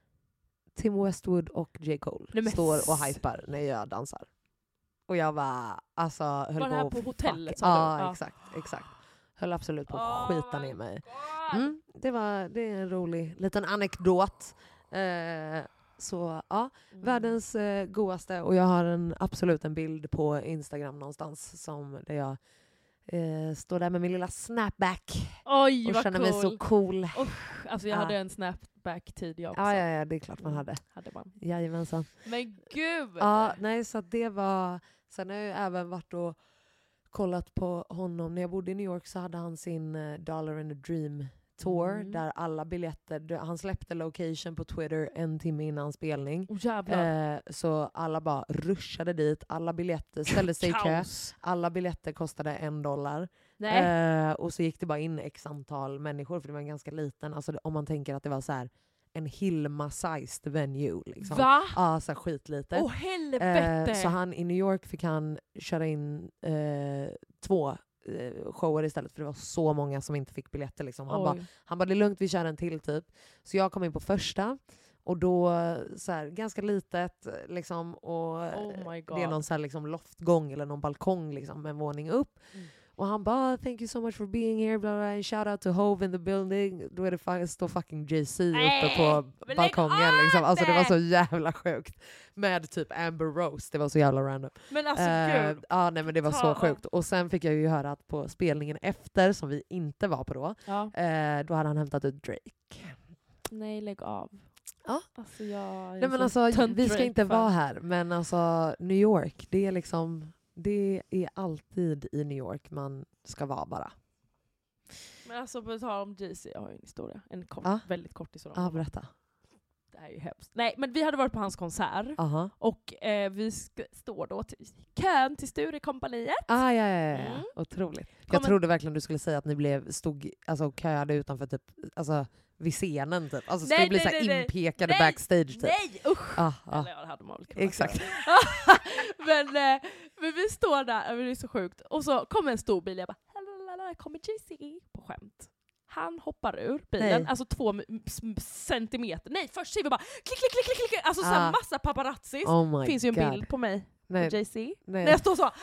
Tim Westwood och J. Cole Nej, står och hypar när jag dansar. Och jag bara, alltså höll var på... det här på hotellet? Ja, ja, exakt, exakt. Höll absolut på att oh skita ner mig. Mm, det, var, det är en rolig liten anekdot. Eh, så ja, mm. världens eh, godaste. Och jag har en, absolut en bild på Instagram någonstans som där jag eh, står där med min lilla snapback. Oj, och vad känner cool. mig så cool. Usch, alltså jag ja. hade en snapback-tid jag också. Ja, ja, ja, det är klart man hade. hade man. Jajamensan. Men gud! Ja, nej, så det var... Sen har jag även varit och kollat på honom. När jag bodde i New York så hade han sin uh, Dollar in a Dream tour mm. där alla biljetter, han släppte location på Twitter en timme innan spelning. Oh, jävlar. Eh, så alla bara rushade dit. Alla biljetter ställde sig i kö. Alla biljetter kostade en dollar. Nej. Eh, och så gick det bara in x antal människor för det var en ganska liten. Alltså om man tänker att det var så här en Hilma-sized venue. Liksom. Va? Ja, så skitlite. Åh, helvete! Eh, så han, i New York fick han köra in eh, två eh, shower istället för det var så många som inte fick biljetter. Liksom. Han, bara, han bara, det är lugnt, vi kör en till typ. Så jag kom in på första och då så här, ganska litet liksom, och oh my God. det är någon så här, liksom, loftgång eller någon balkong liksom, med en våning upp. Mm. Och han bara, thank you so much for being here, blah, blah, and shout out to Hove in the building. Då är det fa- står fucking Jay-Z uppe på äh, balkongen. Liksom. Alltså det var så jävla sjukt. Med typ Amber Rose, det var så jävla random. Men alltså uh, gud. Ja, nej men det var Ta. så sjukt. Och sen fick jag ju höra att på spelningen efter, som vi inte var på då, ja. uh, då hade han hämtat ut Drake. Nej, lägg av. Ja. Alltså jag nej men alltså, vi ska inte vara här, men alltså New York, det är liksom... Det är alltid i New York man ska vara bara. Men alltså på tal om Jay-Z, jag har ju en historia. En kort, ah. väldigt kort historia. Ja, ah, berätta. Det här är ju hemskt. Nej, men vi hade varit på hans konsert. Uh-huh. Och eh, vi sk- står då till kön till Sturecompagniet. Ah, ja, ja, ja. Mm. Otroligt. Jag Kom trodde verkligen du skulle säga att ni blev, stod, alltså, köade utanför typ... Alltså, vid scenen typ. Alltså nej, stod bli nej, så nej, inpekade nej, backstage typ. Nej, usch! Ah, ah. Eller ja, det hade man väl exakt. men, eh, men vi står där, det är så sjukt. Och så kommer en stor bil, jag bara, här kommer Jay-Z på skämt. Han hoppar ur bilen, nej. alltså två centimeter. Nej, först ser vi bara klick, klick, klick, klick, klick. Alltså ah. så här massa paparazzis. Oh finns ju en God. bild på mig, nej. på Jay-Z. Nej. När jag står så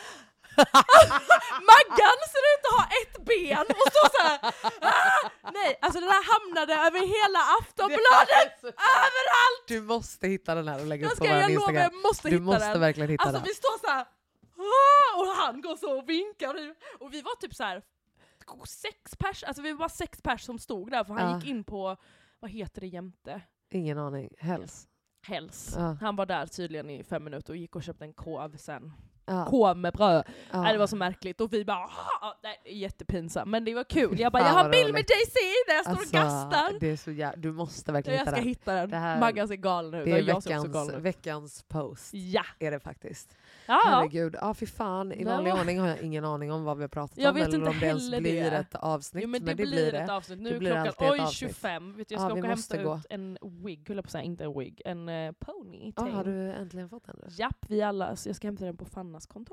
Maggan ser ut att ha ett ben och står så här. Ah! Nej, alltså det där hamnade över hela Aftonbladet. Överallt. Du måste hitta den här och lägga upp på vår Instagram. Lova, jag måste du hitta måste den. verkligen hitta alltså, den. Alltså vi står så här. Ah! Och han går så och vinkar. Och vi var typ så här sex pers, alltså vi var bara sex pers som stod där för han ja. gick in på, vad heter det jämte? Ingen aning, Hells. Hells. Ja. Han var där tydligen i fem minuter och gick och köpte en kov sen. Ja. Kov med bröd. Ja. Nej, det var så märkligt. Och vi bara, nej, jättepinsamt. Men det var kul. Jag bara, jag har en bild med Jay-Z där jag står alltså, och gastar. Det är så jä- du måste verkligen hitta den. Jag ska hitta den. Här, Maggan ser galen ut. Det är jag veckans, galen veckans post. Ja. Är det faktiskt. Ja. Herregud. Ja, fy fan. I vanlig var... ordning har jag ingen aning om vad vi har pratat jag om. vet eller inte om det ens blir det. ett avsnitt. Jo, men det, men det blir blir ett det. avsnitt. Nu det är blir klockan oj, avsnitt. tjugofem. Vet du, jag ja, ska åka och hämta gå. ut en wig. Höll jag på att säga, inte en wig. En uh, pony. Ja, har du äntligen fått den? Japp, vi alla. Så jag ska hämta den på Fannas kontor.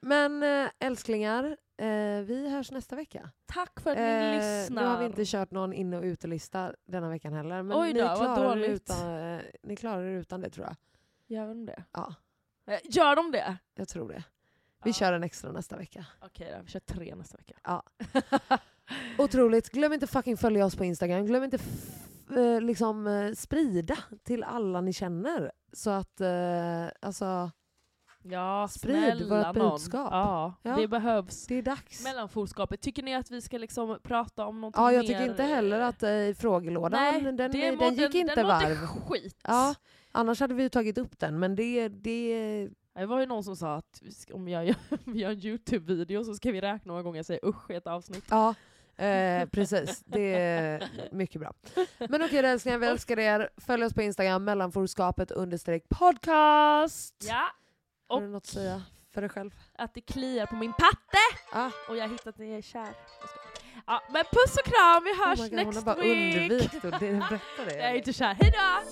men äh, älsklingar, äh, vi hörs nästa vecka. Tack för att ni äh, lyssnar. Nu har vi inte kört någon in- och utelista denna veckan heller. Men Oj då, ni, klarar vad utan, äh, ni klarar er utan det, tror jag. Gör de det? Ja. Gör de det? Jag tror det. Vi ja. kör en extra nästa vecka. Okej då, vi kör tre nästa vecka. Ja. Otroligt. Glöm inte fucking följa oss på Instagram. Glöm inte f- eh, liksom eh, sprida till alla ni känner. Så att, eh, alltså... Ja, sprid vårt budskap. Ja, ja, det behövs. Det är dags. Mellanforskapet. Tycker ni att vi ska liksom prata om något mer? Ja, jag tycker inte heller att eh, frågelådan, Nej, den, den, det den gick den, inte den varv. Skit. Ja, annars hade vi ju tagit upp den, men det... det Det var ju någon som sa att om jag gör, vi gör en YouTube-video så ska vi räkna några gånger och säga usch i ett avsnitt. Ja, eh, precis. Det är mycket bra. Men okej, älsklingar, vi älskar er. Följ oss på Instagram, mellanforskapet understreck podcast. Ja. Har du något att säga för dig själv? Att det kliar på min patte. Ah. Och jag har hittat att jag är kär. Ja, men puss och kram, vi hörs oh God, next hon har bara week. Undvikit och det berättar det. Jag är inte kär. Hej då!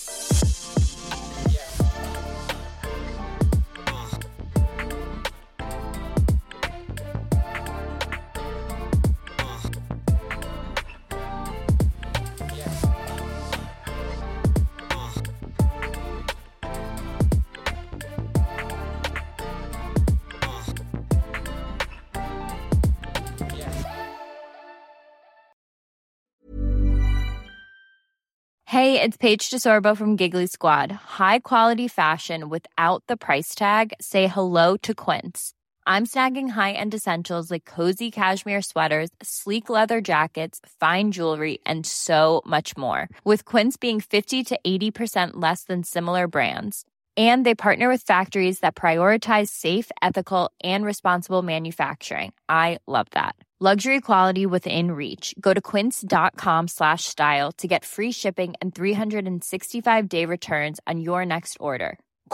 Hey, it's Paige DeSorbo from Giggly Squad. High quality fashion without the price tag. Say hello to Quince. I'm snagging high-end essentials like cozy cashmere sweaters, sleek leather jackets, fine jewelry, and so much more. With Quince being fifty to eighty percent less than similar brands. And they partner with factories that prioritize safe, ethical, and responsible manufacturing. I love that. Luxury quality within reach. Go to quince.com slash style to get free shipping and three sixty-five day returns on your next order.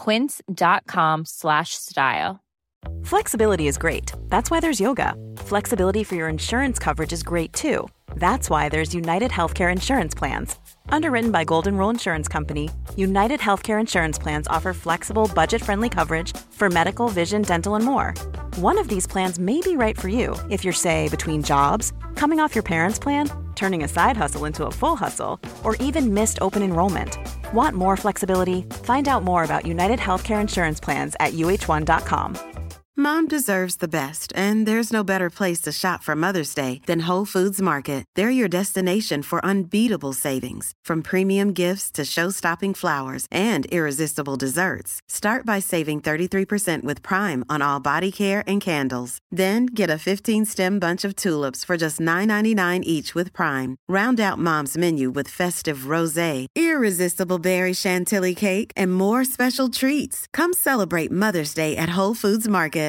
Quince.com slash style. Flexibility is great. That's why there's yoga. Flexibility for your insurance coverage is great too. That's why there's United Healthcare Insurance Plans. Underwritten by Golden Rule Insurance Company, United Healthcare Insurance Plans offer flexible, budget-friendly coverage for medical, vision, dental, and more. One of these plans may be right for you if you're, say, between jobs, coming off your parents' plan, turning a side hustle into a full hustle, or even missed open enrollment. Want more flexibility? Find out more about United Healthcare Insurance Plans at U H one dot com. Mom deserves the best, and there's no better place to shop for Mother's Day than Whole Foods Market. They're your destination for unbeatable savings, from premium gifts to show-stopping flowers and irresistible desserts. Start by saving thirty-three percent with Prime on all body care and candles. Then get a fifteen-stem bunch of tulips for just nine ninety-nine each with Prime. Round out Mom's menu with festive rosé, irresistible berry chantilly cake, and more special treats. Come celebrate Mother's Day at Whole Foods Market.